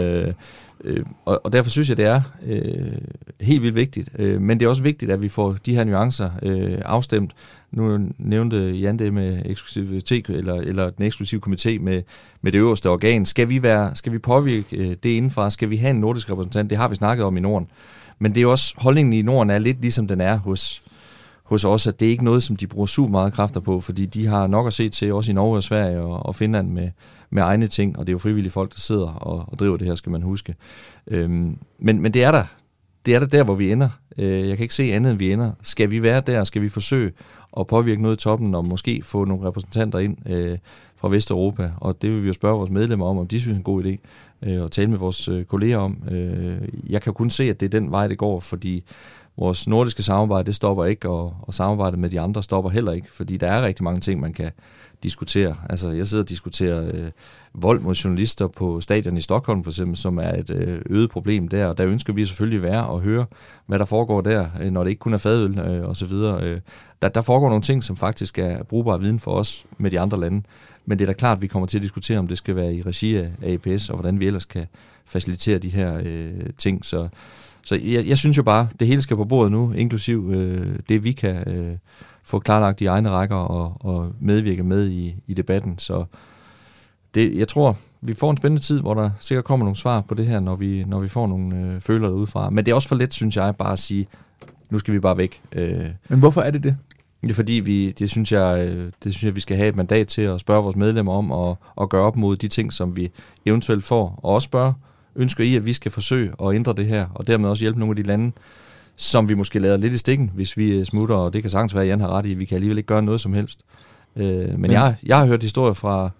B: Og derfor synes jeg, det er helt vildt vigtigt. Men det er også vigtigt, at vi får de her nuancer afstemt. Nu nævnte Jan det med eksklusivitet, eller den eksklusive komité med det øverste organ. Skal vi påvirke det indenfra? Skal vi have en nordisk repræsentant? Det har vi snakket om i Norden. Men det er også, holdningen i Norden er lidt ligesom den er hos os, at det er ikke noget, som de bruger super meget kræfter på, fordi de har nok at se til, også i Norge og Sverige og Finland med egne ting, og det er jo frivillige folk, der sidder og driver det her, skal man huske. Men det er der. Det er der, hvor vi ender. Jeg kan ikke se andet, end vi ender. Skal vi være der? Skal vi forsøge at påvirke noget i toppen, og måske få nogle repræsentanter ind fra Vesteuropa? Og det vil vi jo spørge vores medlemmer om de synes er en god idé, og tale med vores kolleger om. Jeg kan kun se, at det er den vej, det går, fordi vores nordiske samarbejde, det stopper ikke, og samarbejdet med de andre stopper heller ikke, fordi der er rigtig mange ting, man kan diskutere. Altså, jeg sidder og diskuterer vold mod journalister på stadion i Stockholm, for eksempel, som er et øget problem der, og der ønsker vi selvfølgelig være og høre, hvad der foregår der, når det ikke kun er fadøl og så videre. Der foregår nogle ting, som faktisk er brugbar viden for os med de andre lande, men det er da klart, at vi kommer til at diskutere, om det skal være i regi af APS, og hvordan vi ellers kan facilitere de her ting. Så jeg synes jo bare, det hele skal på bordet nu, inklusiv det, vi kan få klarlagt i egne rækker og medvirke med i debatten. Så jeg tror, vi får en spændende tid, hvor der sikkert kommer nogle svar på det her, når vi får nogle følere derudefra. Men det er også for let, synes jeg, bare at sige, nu skal vi bare væk.
A: Men hvorfor er det det?
B: Det er fordi, det synes jeg, vi skal have et mandat til at spørge vores medlemmer om, og gøre op mod de ting, som vi eventuelt får, og også ønsker I, at vi skal forsøge at ændre det her, og dermed også hjælpe nogle af de lande, som vi måske lader lidt i stikken, hvis vi smutter, og det kan sagtens være, at Jan har ret i, vi kan alligevel ikke gøre noget som helst. Men jeg har hørt historier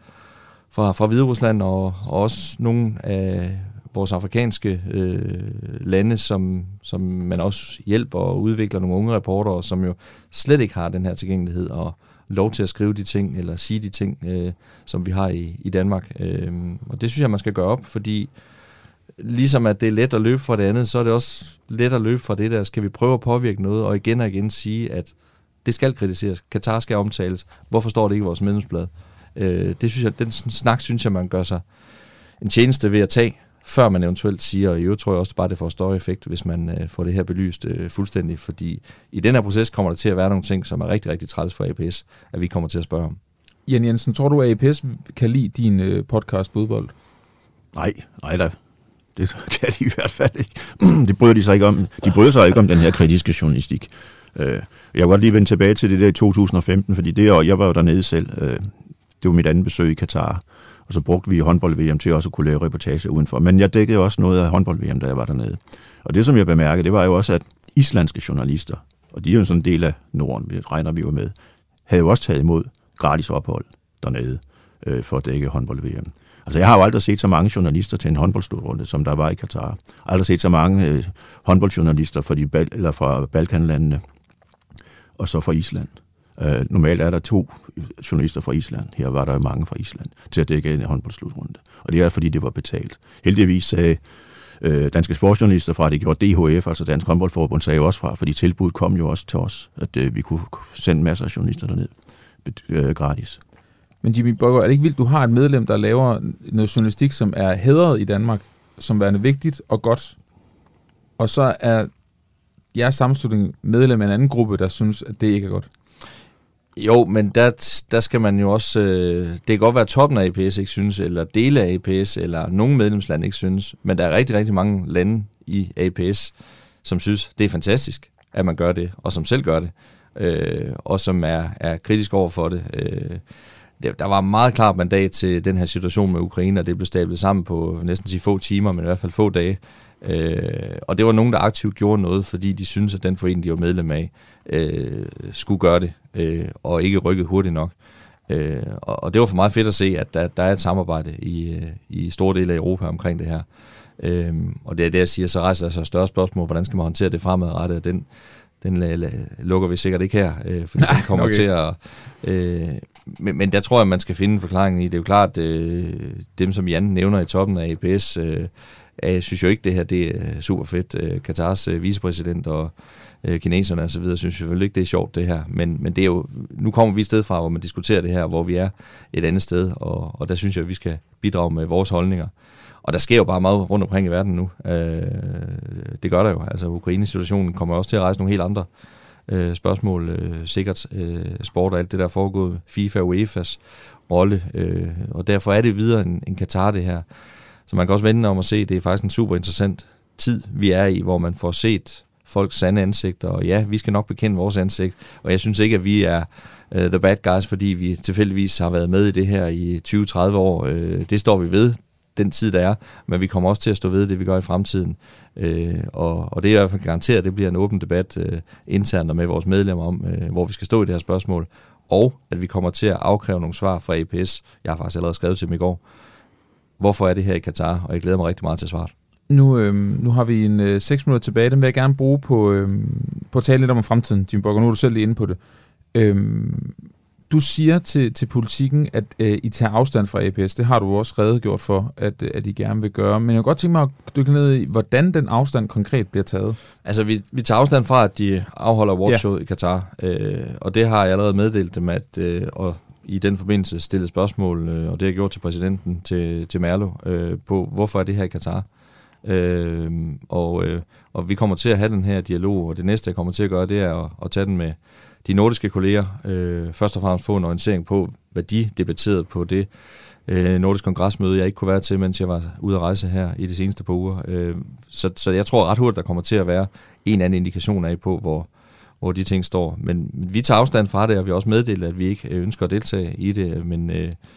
B: fra Hviderusland, og også nogle af vores afrikanske lande, som man også hjælper og udvikler nogle unge reportere, som jo slet ikke har den her tilgængelighed og lov til at skrive de ting, eller sige de ting, som vi har i Danmark. Og det synes jeg, man skal gøre op, fordi ligesom at det er let at løbe fra det andet, så er det også let at løbe fra det der. Skal vi prøve at påvirke noget, og igen sige, at det skal kritiseres. Katar skal omtales. Hvorfor står det ikke i vores medlemsblad? Det synes jeg, den snak synes jeg, man gør sig en tjeneste ved at tage, før man eventuelt siger, og i øvrigt tror jeg også bare, det får større effekt, hvis man får det her belyst fuldstændig, fordi i den her proces kommer der til at være nogle ting, som er rigtig, rigtig træls for APS, at vi kommer til at spørge om.
A: Jan Jensen, tror du, at APS kan lide din podcast Budbold?
D: Nej da. Det kan de i hvert fald ikke. Det bryder de sig ikke om. De bryder sig ikke om den her kritiske journalistik. Jeg vil godt lige vende tilbage til det der i 2015, fordi det år, jeg var jo dernede selv. Det var mit andet besøg i Katar. Og så brugte vi håndbold-VM til også at kunne lave reportage udenfor. Men jeg dækkede også noget af håndbold-VM, da jeg var dernede. Og det, som jeg bemærkede, det var jo også, at islandske journalister, og de er jo sådan en del af Norden, vi regner vi jo med, havde jo også taget imod gratis ophold dernede for at dække håndbold-VM. Altså, jeg har jo aldrig set så mange journalister til en håndboldslutrunde, som der var i Katar. Jeg har aldrig set så mange håndboldjournalister fra Balkanlandene, og så fra Island. Normalt er der 2 journalister fra Island. Her var der jo mange fra Island til at dække en håndboldslutrunde. Og det er, fordi det var betalt. Heldigvis sagde danske sportsjournalister fra, det gjorde DHF, altså Dansk Håndboldforbund, sagde jo også fra, fordi tilbuddet kom jo også til os, at vi kunne sende masser af journalister derned gratis.
A: Men Jimmy Bøjgaard, er det ikke vildt, du har et medlem, der laver noget journalistik, som er hædret i Danmark, som er vigtigt og godt, og så er jeres sammenslutning medlem af en anden gruppe, der synes, at det ikke er godt?
B: Jo, men der skal man jo også... det kan godt være, at toppen af APS ikke synes, eller dele af APS, eller nogle medlemslande ikke synes, men der er rigtig, rigtig mange lande i APS, som synes, det er fantastisk, at man gør det, og som selv gør det, og som er kritisk over for det. Der var meget klart mandat til den her situation med Ukraine, og det blev stablet sammen på næsten få timer, men i hvert fald få dage. Og det var nogen, der aktivt gjorde noget, fordi de synes, at den forening, de var medlem af, skulle gøre det, og ikke rykkede hurtigt nok. Og det var for meget fedt at se, at der er et samarbejde i store dele af Europa omkring det her. Og det er det, jeg siger, så rejser der sig større spørgsmål, hvordan skal man håndtere det fremadrettet, den lukker vi sikkert ikke her, fordi den kommer okay til at... Men der tror jeg, man skal finde en forklaring i. Det er jo klart, dem som Jan nævner i toppen af APS, jeg synes jo ikke, det her det er super fedt. Katars vicepræsident og kineserne og så videre, synes selvfølgelig ikke, det er sjovt det her. Men det er jo, nu kommer vi et sted fra, hvor man diskuterer det her, hvor vi er et andet sted, og der synes jeg, at vi skal bidrage med vores holdninger. Og der sker jo bare meget rundt omkring i verden nu. Det gør der jo. Altså Ukraine-situationen kommer også til at rejse nogle helt andre spørgsmål. Sikkert sport og alt det der foregået. FIFA og UEFA's rolle. Og derfor er det videre end Katar det her. Så man kan også vende om at se, det er faktisk en super interessant tid, vi er i, hvor man får set folks sande ansigter. Og ja, vi skal nok bekende vores ansigt. Og jeg synes ikke, at vi er the bad guys, fordi vi tilfældigvis har været med i det her i 20-30 år. Det står vi ved. Den tid, der er, men vi kommer også til at stå ved det, vi gør i fremtiden. Og det er i hvert fald garanteret, at det bliver en åben debat internt og med vores medlemmer om, hvor vi skal stå i det her spørgsmål, og at vi kommer til at afkræve nogle svar fra APS. Jeg har faktisk allerede skrevet til dem i går. Hvorfor er det her i Katar? Og jeg glæder mig rigtig meget til svaret.
A: Nu har vi 6 minutter tilbage. Den vil jeg gerne bruge på at tale lidt om fremtiden, Jim Bøjgaard. Nu er du selv lige inde på det. Du siger til Politikken, at I tager afstand fra APS. Det har du også redegjort for, at I gerne vil gøre. Men jeg kunne godt tænke mig at dykke ned i, hvordan den afstand konkret bliver taget. Altså,
B: vi tager afstand fra, at de afholder watchshowet i Katar. Og det har jeg allerede meddelt dem, at og i den forbindelse stillet spørgsmål, og det har jeg gjort til præsidenten, til Merlo, på hvorfor er det her i Katar. Og vi kommer til at have den her dialog, og det næste, jeg kommer til at gøre, det er at tage den med de nordiske kolleger først og fremmest få en orientering på, hvad de debatterede på det nordisk kongresmøde, jeg ikke kunne være til, mens jeg var ude at rejse her i de seneste par uger. Så jeg tror ret hurtigt, der kommer til at være en anden indikation af på, hvor de ting står. Men vi tager afstand fra det, og vi har også meddelt, at vi ikke ønsker at deltage i det, men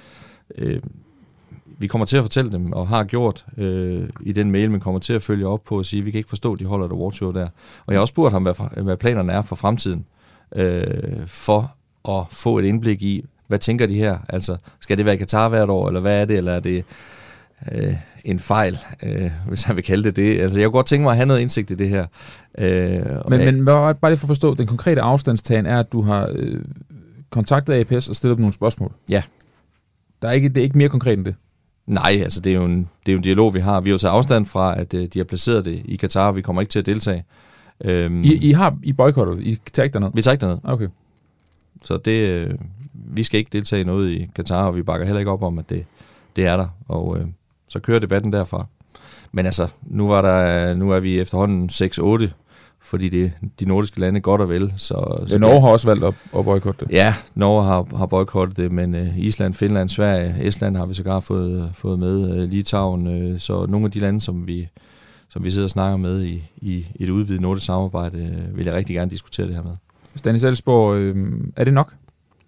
B: vi kommer til at fortælle dem, og har gjort i den mail, men kommer til at følge op på og sige, at vi kan ikke forstå, at de holder et awardshow der. Og jeg har også spurgt ham, hvad planerne er for fremtiden, for at få et indblik i, hvad tænker de her? Altså, skal det være i Katar hvert år, eller hvad er det, eller er det en fejl, hvis han vil kalde det det? Altså, jeg kunne godt tænke mig at have noget indsigt i det her.
A: Men bare lige for at forstå, den konkrete afstandstagen er, at du har kontaktet APS og stillet dem nogle spørgsmål.
B: Ja.
A: Det er ikke mere konkret end det?
B: Nej, altså det er jo en dialog, vi har. Vi har jo taget afstand fra, at de har placeret det i Katar, og vi kommer ikke til at deltage.
A: I boykottet? I tager ikke derned?
B: Vi tager ikke derned.
A: Okay.
B: Så vi skal ikke deltage i noget i Katar, og vi bakker heller ikke op om, at det er der. Og så kører debatten derfra. Men altså, nu er vi efterhånden 6-8, fordi de nordiske lande godt og vel. Så
A: Norge har også valgt at boykotte det.
B: Ja, Norge har boykottet det, men Island, Finland, Sverige, Estland har vi sågar fået med, Litauen. Så nogle af de lande, som vi sidder og snakker med i et udvidet nordisk samarbejde, vil jeg rigtig gerne diskutere det her med.
A: Stanis Elsborg, er det nok?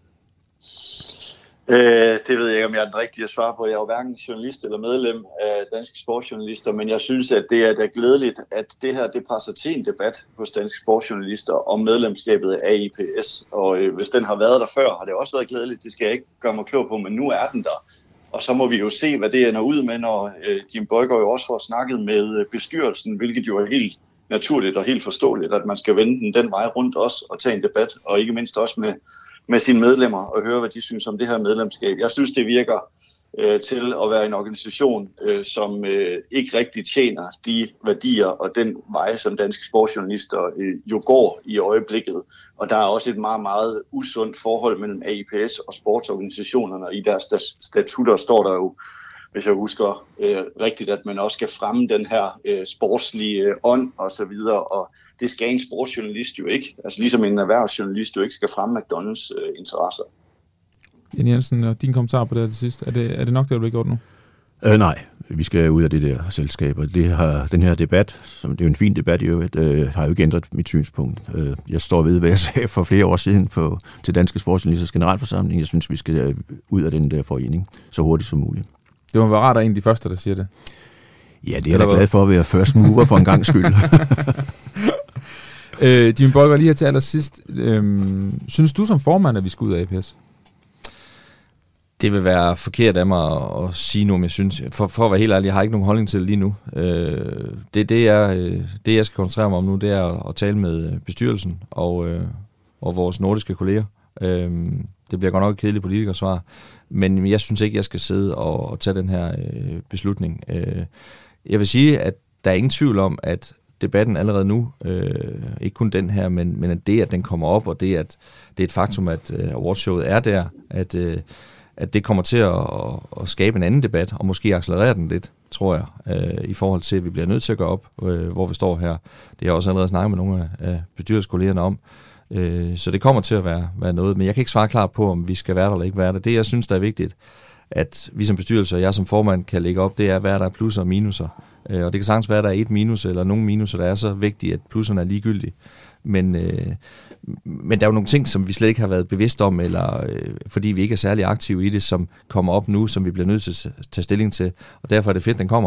C: Det ved jeg ikke, om jeg er den rigtige at svare på. Jeg er jo hverken journalist eller medlem af Danske Sportsjournalister, men jeg synes, at det er da glædeligt, at det her det passer til en debat hos Danske Sportsjournalister om medlemskabet af IPS. Og hvis den har været der før, har det også været glædeligt. Det skal jeg ikke gøre mig klog på, men nu er den der. Og så må vi jo se, hvad det ender ud med, når Jim Bøjgaard jo også får snakket med bestyrelsen, hvilket jo er helt naturligt og helt forståeligt, at man skal vende den vej rundt også og tage en debat, og ikke mindst også med sine medlemmer og høre, hvad de synes om det her medlemskab. Jeg synes, det virker til at være en organisation, som ikke rigtig tjener de værdier og den vej, som Danske Sportsjournalister jo går i øjeblikket. Og der er også et meget, meget usundt forhold mellem AIPS og sportsorganisationerne, og i deres statutter står der jo, hvis jeg husker rigtigt, at man også skal fremme den her sportslige ånd og så videre, og det skal en sportsjournalist jo ikke, altså ligesom en erhvervsjournalist jo ikke skal fremme McDonald's interesser.
A: Jan Jensen, din kommentar på det her til sidst, er det nok, det du har gjort nu?
D: Nej, vi skal ud af det der selskab, og den her debat, som det er jo en fin debat, har jo ikke ændret mit synspunkt. Jeg står ved, hvad jeg sagde for flere år siden til Danske Sportsjournalisters Generalforsamling. Jeg synes, vi skal ud af den der forening så hurtigt som muligt.
A: Det må være rart, at en af de første, der siger det.
D: Ja, det er jeg da glad for at være first mover for en gang skyld.
A: Jim Bøjgaard, lige her til allersidst. Synes du som formand, at vi skal ud af APS?
B: Det vil være forkert af mig at sige nu, om jeg synes. For at være helt ærlig, jeg har ikke nogen holdning til det lige nu. Det jeg skal koncentrere mig om nu, det er at tale med bestyrelsen og vores nordiske kolleger. Det bliver godt nok et kedeligt politikersvar, men jeg synes ikke, jeg skal sidde og tage den her beslutning. Jeg vil sige, at der er ingen tvivl om, at debatten allerede nu, ikke kun den her, men at det, at den kommer op, og det, at det er et faktum, at awardshowet er der, at det kommer til at skabe en anden debat, og måske accelerere den lidt, tror jeg, i forhold til, at vi bliver nødt til at gå op, hvor vi står her. Det har jeg også allerede snakket med nogle af bestyrelseskollegerne om. Så det kommer til at være noget, men jeg kan ikke svare klart på, om vi skal være der eller ikke være der. Det, jeg synes, der er vigtigt, at vi som bestyrelse og jeg som formand kan lægge op, det er, hvad der er plusser og minuser. Og det kan sagtens være, at der er et minus eller nogle minuser, der er så vigtige, at plusserne er ligegyldige. Men der er jo nogle ting, som vi slet ikke har været bevidst om, eller fordi vi ikke er særlig aktive i det, som kommer op nu, som vi bliver nødt til at tage stilling til. Og derfor er det fedt, den kommer.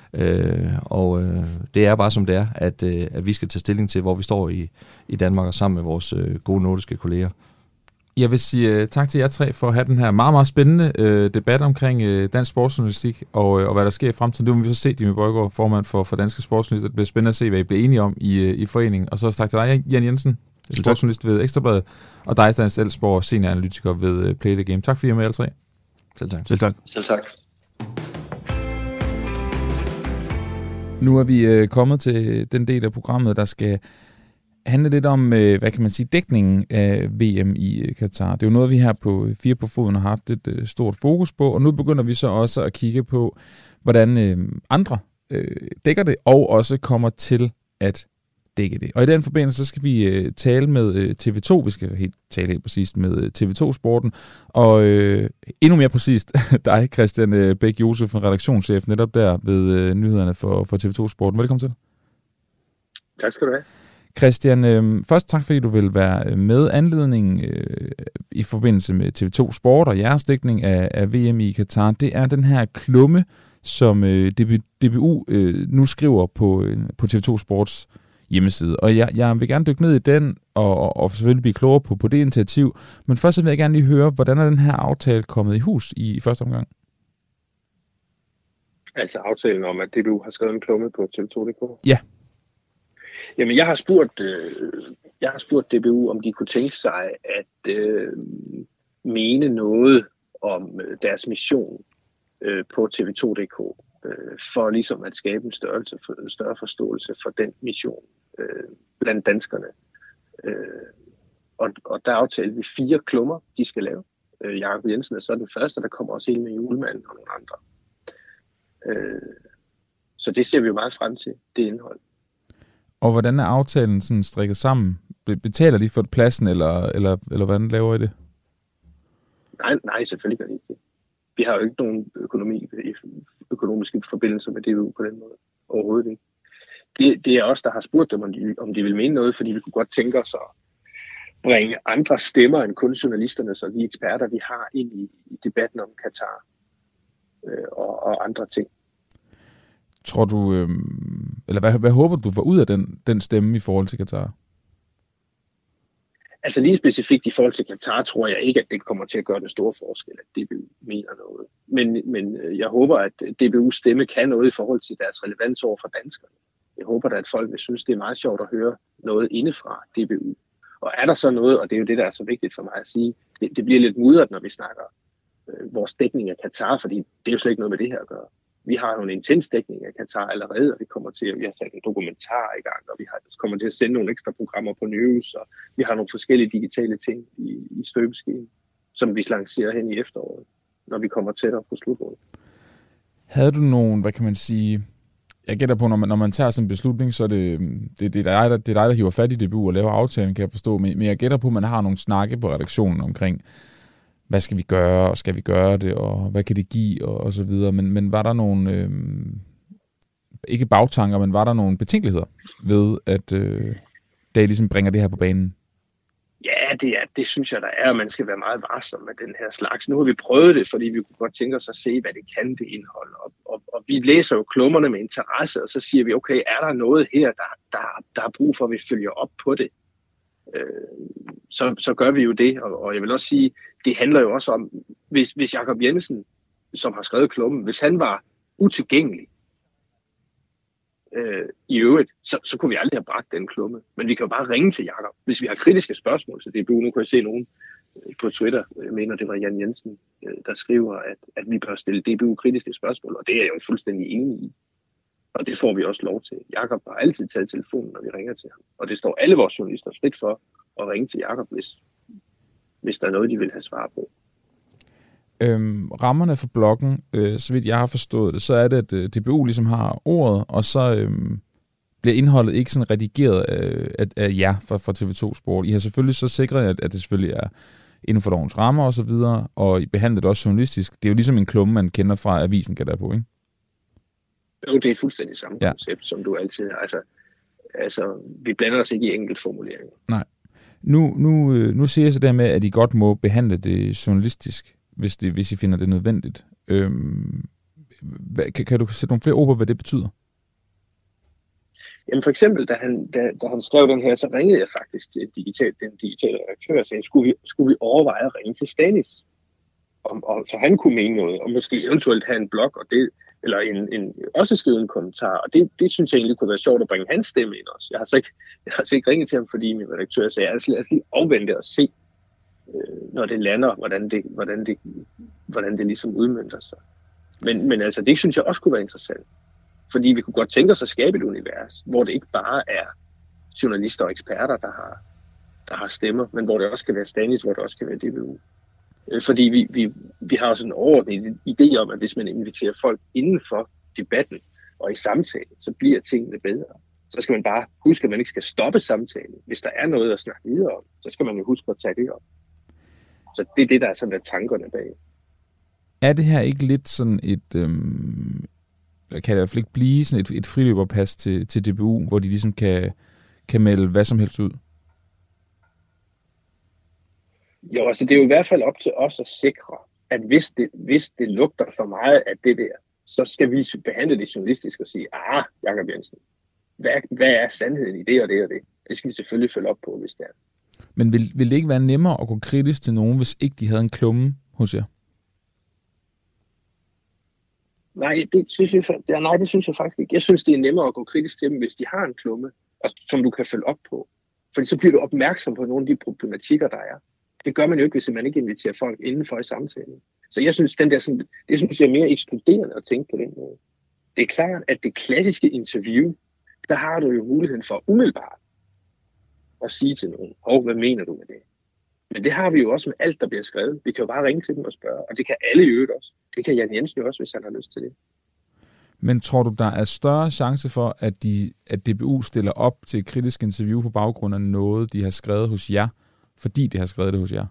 B: Det er bare som det er, at vi skal tage stilling til, hvor vi står i Danmark og sammen med vores gode nordiske kolleger.
A: Jeg vil sige tak til jer tre for at have den her meget, meget spændende debat omkring dansk sportsjournalistik og hvad der sker i fremtiden. Det må vi så se, Jimmy Bøjgaard, formand for Danske Sportsjournalister. Det bliver spændende at se, hvad I bliver enige om i foreningen. Og så tak til dig, Jan Jensen, sportsjournalist ved Ekstra Bladet, og dig, Stanis Elsborg, senioranalytiker ved Play the Game. Tak fordi I er med alle tre.
B: Selv tak.
D: Selv tak.
C: Selv tak.
A: Nu er vi kommet til den del af programmet, der skal handle lidt om, hvad kan man sige, dækningen af VM i Katar. Det er jo noget, vi her på 4 på foden har haft et stort fokus på, og nu begynder vi så også at kigge på, hvordan andre dækker det, og også kommer til at dække det. Og i den forbindelse, så skal vi tale med TV2. Vi skal tale helt præcist med TV2-sporten. Og endnu mere præcist dig, Christian Bæk Josef, redaktionschef netop der ved nyhederne for TV2-sporten. Velkommen til.
E: Tak skal du have.
A: Christian, først tak, fordi du vil være med. Anledningen i forbindelse med TV2 Sport og jeres dækning af VM i Katar, det er den her klumme, som DBU nu skriver på TV2 Sports hjemmeside. Og jeg vil gerne dykke ned i den, og selvfølgelig blive klogere på det initiativ. Men først så vil jeg gerne lige høre, hvordan er den her aftale kommet i hus i første omgang?
E: Altså aftalen om, at DBU har skrevet en klumme på TV2.dk?
A: Ja.
E: Jamen, jeg har spurgt DBU, om de kunne tænke sig at mene noget om deres mission på TV2.dk, for ligesom at skabe en større forståelse for den mission blandt danskerne. Og der aftalte vi 4 klummer, de skal lave. Jakob Jensen er så den første, der kommer også helt med Julemanden og nogle andre. Så det ser vi jo meget frem til, det indhold.
A: Og hvordan er aftalen sådan strikket sammen? Betaler de for pladsen, eller hvordan laver I det?
E: Nej, selvfølgelig gør de ikke det. Vi har jo ikke nogen økonomiske forbindelser med DBU på den måde. Overhovedet ikke. Det er os, der har spurgt dem, om de vil mene noget, fordi vi kunne godt tænke os at bringe andre stemmer end kun journalisterne, så de eksperter, vi har ind i debatten om Katar og andre ting.
A: Tror du, eller hvad håber du får ud af den stemme i forhold til Katar?
E: Altså lige specifikt i forhold til Katar, tror jeg ikke, at det kommer til at gøre den store forskel, at DBU mener noget. Men jeg håber, at DBU's stemme kan noget i forhold til deres relevans over for danskerne. Jeg håber da, at folk vil synes, det er meget sjovt at høre noget indefra DBU. Og er der så noget, og det er jo det, der er så vigtigt for mig at sige, det bliver lidt mudret, når vi snakker vores dækning af Katar, fordi det er jo slet ikke noget med det her at gøre. Vi har jo en intens dækning af Katar allerede, og vi har sat en dokumentar i gang, og vi kommer til at sende nogle ekstra programmer på News, og vi har nogle forskellige digitale ting i støbeskeen, som vi lancerer hen i efteråret, når vi kommer tættere på slutåret.
A: Havde du nogen, hvad kan man sige, jeg gætter på, når man tager sådan en beslutning, så er det er dig, der hiver fat i DBU og laver aftalen, kan jeg forstå, men jeg gætter på, at man har nogle snakke på redaktionen omkring, hvad skal vi gøre, og skal vi gøre det, og hvad kan det give, og så videre. Men var der nogle, ikke bagtanker, men var der nogle betænkeligheder ved, at det ligesom bringer det her på banen?
E: Ja, det synes jeg, der er, og man skal være meget varsom med den her slags. Nu har vi prøvet det, fordi vi kunne godt tænke os at se, hvad det kan, det indhold. Og vi læser jo klummerne med interesse, og så siger vi, okay, er der noget her, der er brug for, at vi følger op på det? Så gør vi jo det, og jeg vil også sige, det handler jo også om, hvis Jakob Jensen, som har skrevet klummen, hvis han var utilgængelig i øvrigt, så kunne vi aldrig have bragt den klumme. Men vi kan jo bare ringe til Jakob, hvis vi har kritiske spørgsmål til DBU. Nu kan jeg se nogen på Twitter, jeg mener det var Jan Jensen, der skriver, at vi bør stille DBU kritiske spørgsmål, og det er jeg jo fuldstændig enig i. Og det får vi også lov til. Jakob har altid taget telefonen, når vi ringer til ham. Og det står alle vores journalister frit for at ringe til Jakob, hvis der er noget, de vil have svar på.
A: Rammerne for bloggen, så vidt jeg har forstået det, så er det, at DBU ligesom har ordet, og så bliver indholdet ikke sådan redigeret af jer fra TV2 Sport. I har selvfølgelig så sikret, at det selvfølgelig er inden for lovens rammer og så videre, og I behandler det også journalistisk. Det er jo ligesom en klumme, man kender fra avisen, kan der på, ikke?
E: Jo, det er fuldstændig samme koncept, som du altid har. Altså, vi blander os ikke i enkelt formuleringer.
A: Nej. Nu siger jeg så dermed, at I godt må behandle det journalistisk, hvis I finder det nødvendigt. Kan du sætte nogle flere ord på, hvad det betyder?
E: Jamen for eksempel, da han skrev den her, så ringede jeg faktisk til den digitale redaktør og sagde, skulle vi overveje at ringe til Stanis? Og så han kunne mene noget, og måske eventuelt have en blog, og det, eller også skrive en kommentar. Og det synes jeg egentlig kunne være sjovt at bringe hans stemme ind også. Jeg har så ikke ringet til ham, fordi min redaktør sagde, lad os lige afvente og se, når det lander, hvordan det ligesom udmønter sig. Men altså, det synes jeg også kunne være interessant. Fordi vi kunne godt tænke os at skabe et univers, hvor det ikke bare er journalister og eksperter, der har stemmer, men hvor det også kan være Stanis, hvor det også kan være DBU. Fordi vi har også en overordnet idé om, at hvis man inviterer folk inden for debatten og i samtale, så bliver tingene bedre. så skal man bare huske, at man ikke skal stoppe samtalen. Hvis der er noget at snakke videre om, så skal man jo huske at tage det op. Så det er det, der er sådan der tankerne bag.
A: Er det her ikke lidt sådan et, kan det i hvert fald ikke blive sådan et friløberpas til DBU, hvor de ligesom kan melde hvad som helst ud?
E: Jo, altså det er jo i hvert fald op til os at sikre, at hvis det lugter for meget af det der, så skal vi behandle det journalistisk og sige, Jakob Jensen, hvad er sandheden i det og det og det? Det skal vi selvfølgelig følge op på, hvis det er.
A: Men vil det ikke være nemmere at gå kritisk til nogen, hvis ikke de havde en klumme hos jer?
E: Nej, det synes jeg faktisk ikke. Jeg synes, det er nemmere at gå kritisk til dem, hvis de har en klumme, som du kan følge op på. Fordi så bliver du opmærksom på nogle af de problematikker, der er. Det gør man jo ikke, hvis man ikke inviterer folk indenfor i samtalen. Så jeg synes, det er mere ekskluderende at tænke på den måde. Det er klart, at det klassiske interview, der har du jo muligheden for umiddelbart at sige til nogen, hvad mener du med det? Men det har vi jo også med alt, der bliver skrevet. Vi kan jo bare ringe til dem og spørge, og det kan alle i øvrigt også. Det kan Jan Jensen jo også, hvis han har lyst til det.
A: Men tror du, der er større chance for, at DBU stiller op til et kritisk interview på baggrund af noget, de har skrevet hos jer, fordi de har skrevet det hos jer?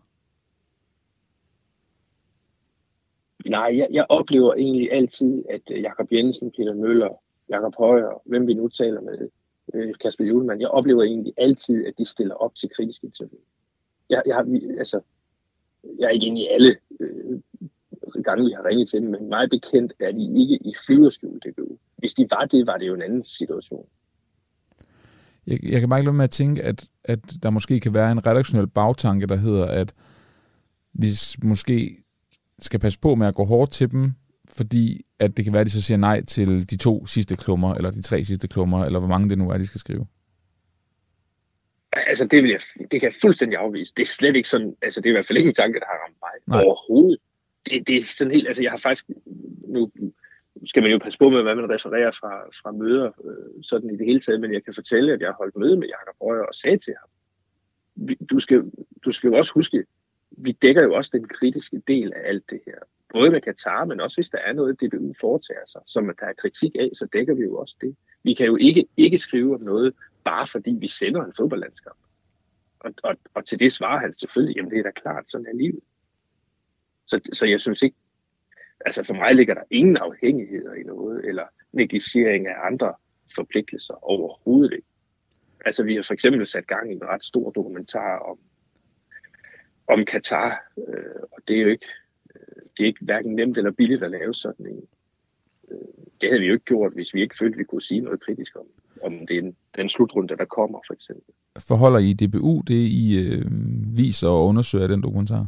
E: Nej, jeg oplever egentlig altid, at Jakob Jensen, Peter Møller, Jakob Højer, hvem vi nu taler med, Kasper Hjulmand, jeg oplever egentlig altid, at de stiller op til kritisk interview. Jeg er ikke inde i alle gange, vi har ringet til dem, men meget bekendt er de ikke i flyverskjul DBU. Hvis de var det, var det jo en anden situation.
A: Jeg kan bare ikke lade med at tænke, at der måske kan være en redaktionel bagtanke, der hedder, at vi måske skal passe på med at gå hårdt til dem, fordi at det kan være, at de så siger nej til de 2 sidste klummer, eller de 3 sidste klummer, eller hvor mange det nu er, de skal skrive.
E: Altså, det kan jeg fuldstændig afvise. Det er slet ikke sådan, altså det er i hvert fald ikke en tanke, der har ramt mig overhovedet. Det er sådan helt, altså jeg har faktisk, nu skal man jo passe på med, hvad man refererer fra møder, sådan i det hele taget, men jeg kan fortælle, at jeg har holdt møde med Jakob Højer og sagde til ham, du skal jo også huske, vi dækker jo også den kritiske del af alt det her. Både med Katar, men også hvis der er noget, DBU foretager sig, som der er kritik af, så dækker vi jo også det. Vi kan jo ikke skrive om noget, bare fordi vi sender en fodboldlandskamp. Og til det svarer han selvfølgelig, jamen det er da klart, sådan er livet. Så jeg synes ikke, altså for mig ligger der ingen afhængigheder i noget, eller negligering af andre forpligtelser overhovedet ikke. Altså vi har for eksempel sat gang i en ret stor dokumentar om Katar, og det er jo ikke, hverken nemt eller billigt at lave sådan en. Det havde vi jo ikke gjort, hvis vi ikke følte, vi kunne sige noget kritisk om den slutrunde, der kommer, for eksempel.
A: Forholder I DBU det, I viser og undersøger den dokumentar?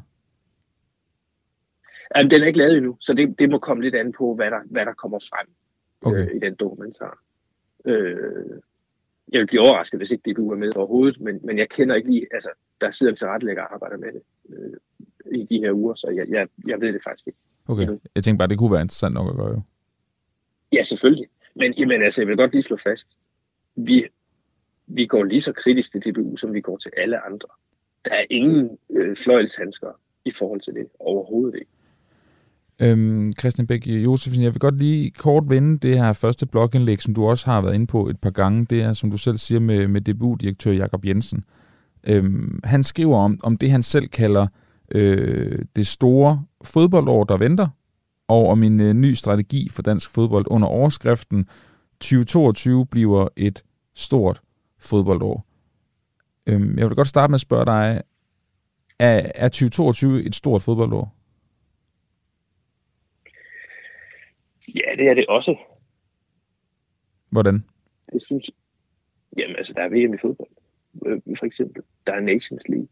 E: Jamen, den er ikke lavet endnu, så det må komme lidt an på, hvad der kommer frem i den dokumentar. Jeg vil blive overrasket, hvis ikke DBU er med overhovedet, men jeg kender ikke lige, altså der sidder en tilrettelægger og arbejder med det i de her uger, så jeg ved det faktisk ikke.
A: Okay, jeg tænkte bare, det kunne være interessant nok at gøre jo.
E: Ja, selvfølgelig. Men jamen, altså, jeg vil godt lige slå fast. Vi går lige så kritisk til DBU, som vi går til alle andre. Der er ingen fløjelshandsker i forhold til det. Overhovedet ikke.
A: Christian Bæk Josefsen, jeg vil godt lige kort vende det her første blogindlæg, som du også har været inde på et par gange. Det er, som du selv siger, med DBU-direktør Jakob Jensen. Han skriver om det, han selv kalder det store fodboldår, der venter, og om en ny strategi for dansk fodbold under overskriften 2022 bliver et stort fodboldår. Jeg vil godt starte med at spørge dig, er 2022 et stort fodboldår?
E: Ja, det er det også.
A: Hvordan?
E: Det synes jeg. Jamen altså, der er VM i fodbold, for eksempel. Der er Nations League.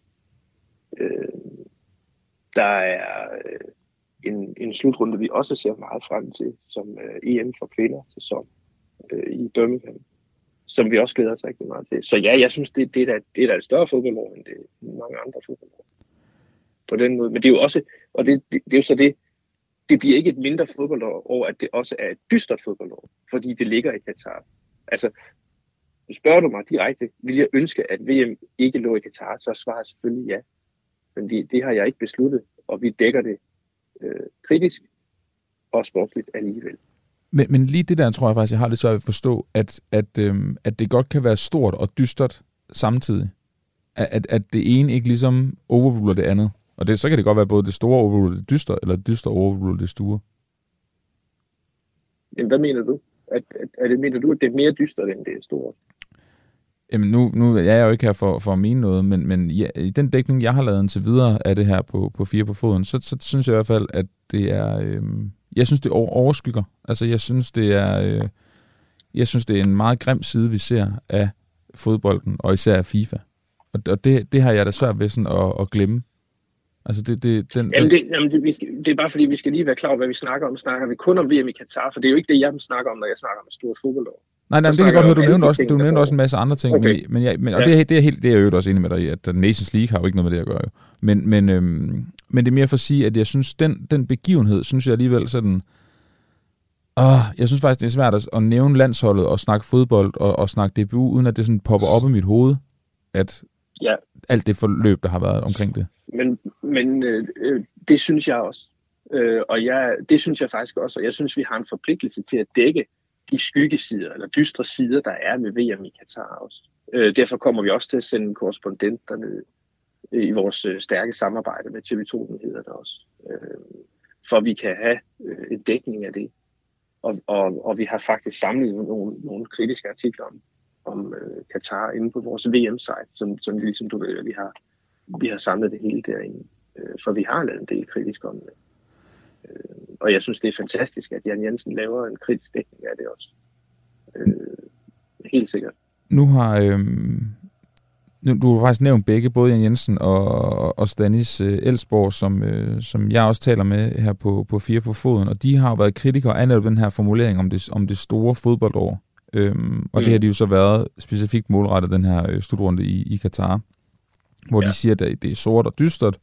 E: Der er en slutrunde, vi også ser meget frem til, som EM for kvinder sæson i Birmingham, som vi også glæder os rigtig meget til. Så ja, jeg synes, det er da et større fodboldår, end det mange andre fodboldår. På den måde. Men det er jo også, og det er jo så det bliver ikke et mindre fodboldår, at det også er et dystert fodboldår, fordi det ligger i Katar. Altså, spørger du mig direkte, vil jeg ønske, at VM ikke lå i Katar, så svarer jeg selvfølgelig ja. Men det har jeg ikke besluttet, og vi dækker det kritisk og sportsligt alligevel.
A: Men lige det der, tror jeg faktisk, jeg har lidt svært ved at forstå, at det godt kan være stort og dystert samtidig. At det ene ikke ligesom overruler det andet. Og så kan det godt være både det store overruler det dystre, eller det dystre overruler det store.
E: Jamen, hvad mener du? Mener du, at det er mere dystert, end det er stort?
A: Jamen, nu er jeg jo ikke her for at mene noget, men ja, i den dækning, jeg har lavet indtil videre af det her på 4 på foden, så synes jeg i hvert fald, at det er... jeg synes, det overskygger. Altså, jeg synes, det er en meget grim side, vi ser af fodbolden, og især af FIFA. Og det har jeg da svært ved sådan at glemme. Altså det
E: er bare fordi, vi skal lige være klar over, hvad vi snakker om. Snakker vi kun om VM i Katar? For det er jo ikke det, jeg snakker om, når jeg snakker om et stort fodboldår.
A: Nej, det kan jeg godt høre. Du nævnte også en masse andre ting. Okay. Og det er jeg jo også enig med dig i, at Nations League har jo ikke noget med det at gøre. Jo. Men det er mere for at sige, at jeg synes, den begivenhed, synes jeg alligevel sådan... jeg synes faktisk, det er svært at nævne landsholdet og snakke fodbold og snakke DBU, uden at det sådan popper op i mit hoved, at alt det forløb, der har været omkring det.
E: Men det synes jeg også. Det synes jeg faktisk også. Og jeg synes, vi har en forpligtelse til at dække de skyggesider, eller dystre sider, der er med VM i Katar også. Derfor kommer vi også til at sende en korrespondent dernede i vores stærke samarbejde med TV2, hedder det også. For vi kan have en dækning af det. Og vi har faktisk samlet nogle kritiske artikler om Katar inde på vores VM-site, som ligesom du ved, vi har samlet det hele derinde. For vi har lavet en del kritisk om det. Og jeg synes, det er fantastisk, at Jan Jensen laver en kritisk dækning af det også. Helt sikkert.
A: Nu har du har faktisk nævnt begge, både Jan Jensen og Stanis Elsborg, som jeg også taler med her på 4 på foden, og de har jo været kritikere af den her formulering om det store fodboldår. Og det har de jo så været specifikt målrettet den her slutrunde i Katar, hvor de siger, at det er sort og dystert.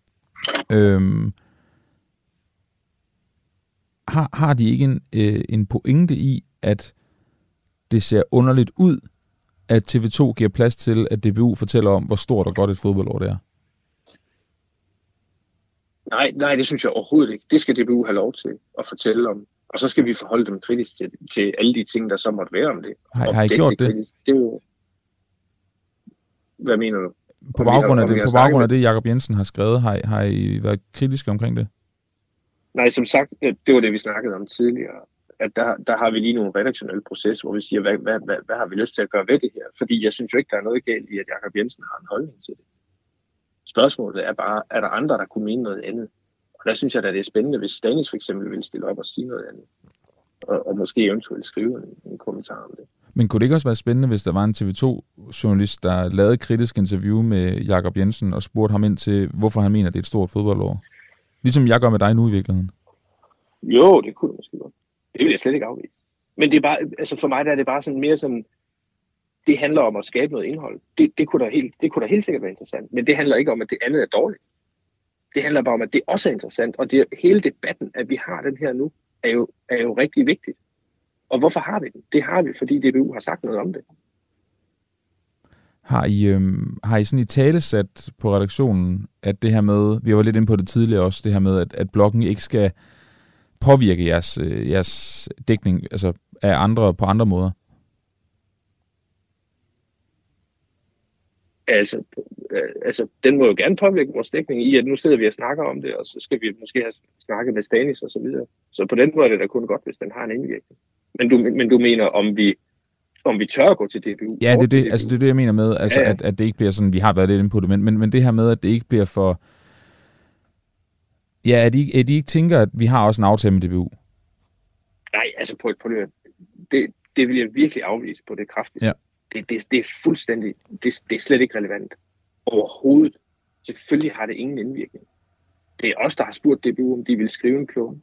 A: Har de ikke en pointe i, at det ser underligt ud, at TV2 giver plads til, at DBU fortæller om, hvor stort og godt et fodboldår det er?
E: Nej, det synes jeg overhovedet ikke. Det skal DBU have lov til at fortælle om. Og så skal vi forholde dem kritisk til alle de ting, der så måtte være om det.
A: Har I gjort det?
E: Det er jo... Hvad mener du?
A: På baggrund af det, Jakob Jensen har skrevet, har I været kritiske omkring det?
E: Nej, som sagt, det var det, vi snakkede om tidligere. At der har vi lige nogle redaktionelle processer, hvor vi siger, hvad har vi lyst til at gøre ved det her? Fordi jeg synes jo ikke, der er noget galt i, at Jakob Jensen har en holdning til det. Spørgsmålet er bare, er der andre, der kunne mene noget andet? Og der synes jeg, at det er spændende, hvis Stanis for eksempel vil stille op og sige noget andet. Og måske eventuelt skrive en kommentar om det.
A: Men kunne det ikke også være spændende, hvis der var en TV2-journalist, der lavede et kritisk interview med Jakob Jensen og spurgte ham ind til, hvorfor han mener, det er et stort fodboldår? Ligesom jeg gør med dig nu i virkeligheden.
E: Jo, det kunne det måske godt. Det vil jeg slet ikke afvise. Men det er bare, altså for mig der er det bare sådan mere sådan, det handler om at skabe noget indhold. Det kunne da helt sikkert være interessant. Men det handler ikke om, at det andet er dårligt. Det handler bare om, at det også er interessant. Og hele debatten, at vi har den her nu, er jo rigtig vigtigt. Og hvorfor har vi den? Det har vi, fordi DBU har sagt noget om det.
A: Har I sådan i talesat på redaktionen, at det her med, vi var lidt inde på det tidligere også, det her med, at bloggen ikke skal påvirke jeres dækning altså af andre på andre måder?
E: Altså, den må jo gerne påvirke vores dækning i, at nu sidder vi og snakker om det, og så skal vi måske have snakket med Stanis og så videre. Så på den måde er det da kun godt, hvis den har en indvirkning. Men du mener, om vi tør at gå til DBU?
A: Ja, det er det, jeg mener med, altså, ja. At det ikke bliver sådan, vi har været lidt inde på det, men det her med, at det ikke bliver for... Ja, at I ikke tænker, at vi har også en aftale med DBU?
E: Nej, altså på det vil jeg virkelig afvise på det kraftigt. Ja. Det er fuldstændig, det er slet ikke relevant overhovedet. Selvfølgelig har det ingen indvirkning. Det er os, der har spurgt DBU, om de vil skrive en klumme.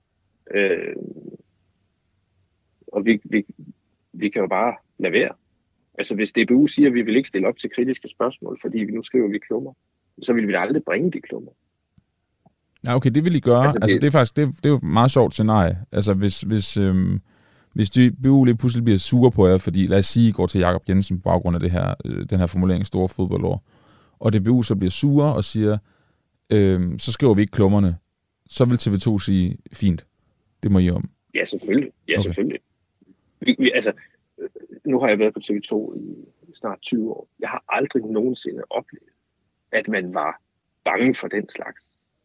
E: Og vi kan jo bare lade være. Altså hvis DBU siger, at vi vil ikke stille op til kritiske spørgsmål, fordi vi nu skriver vi klummer, så vil vi da aldrig bringe de klummer.
A: Ja, okay, det vil I gøre. Altså det er faktisk, det er jo et meget sjovt scenarie. Altså hvis DBU lige pludselig bliver sure på jer, fordi lad os sige, I går til Jakob Jensen på baggrund af det her, den her formulering af store fodboldår, og DBU så bliver sure og siger, så skriver vi ikke klummerne, så vil TV2 sige, fint, det må I om.
E: Ja, selvfølgelig. Ja,
A: Okay.
E: selvfølgelig. Altså, nu har jeg været på TV2 i snart 20 år. Jeg har aldrig nogensinde oplevet, at man var bange for den slags.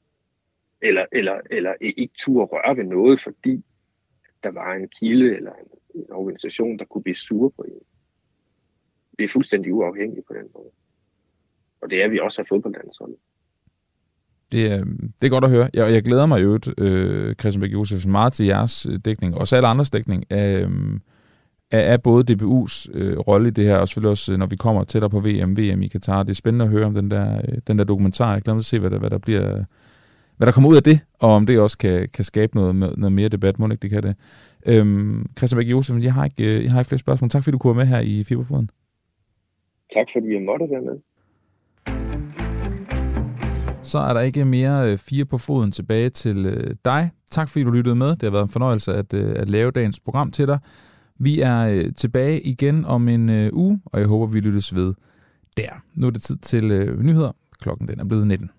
E: Eller ikke turde røre ved noget, fordi der var en kilde eller en organisation, der kunne blive sure på en. Vi er fuldstændig uafhængige på den måde. Og det er vi også af fodboldlandsholdet.
A: Det er godt at høre. Jeg glæder mig jo, Christian Bæk Josefsen, meget til jeres dækning, og også alle andres dækning af både DBU's rolle i det her, og selvfølgelig også, når vi kommer tættere på VM i Katar. Det er spændende at høre om den der dokumentar. Jeg glæder mig til at se, hvad der kommer ud af det, og om det også kan skabe noget mere debat. Må ikke det kan det. Christian Bæk Josefsen, jeg har ikke flere spørgsmål. Tak fordi du kunne være med her i 4 på foden.
E: Tak fordi jeg måtte være med.
A: Så er der ikke mere 4 på foden tilbage til dig. Tak fordi du lyttede med. Det har været en fornøjelse at lave dagens program til dig. Vi er tilbage igen om en uge, og jeg håber, vi lyttes ved der. Nu er det tid til nyheder. Klokken den er blevet 19.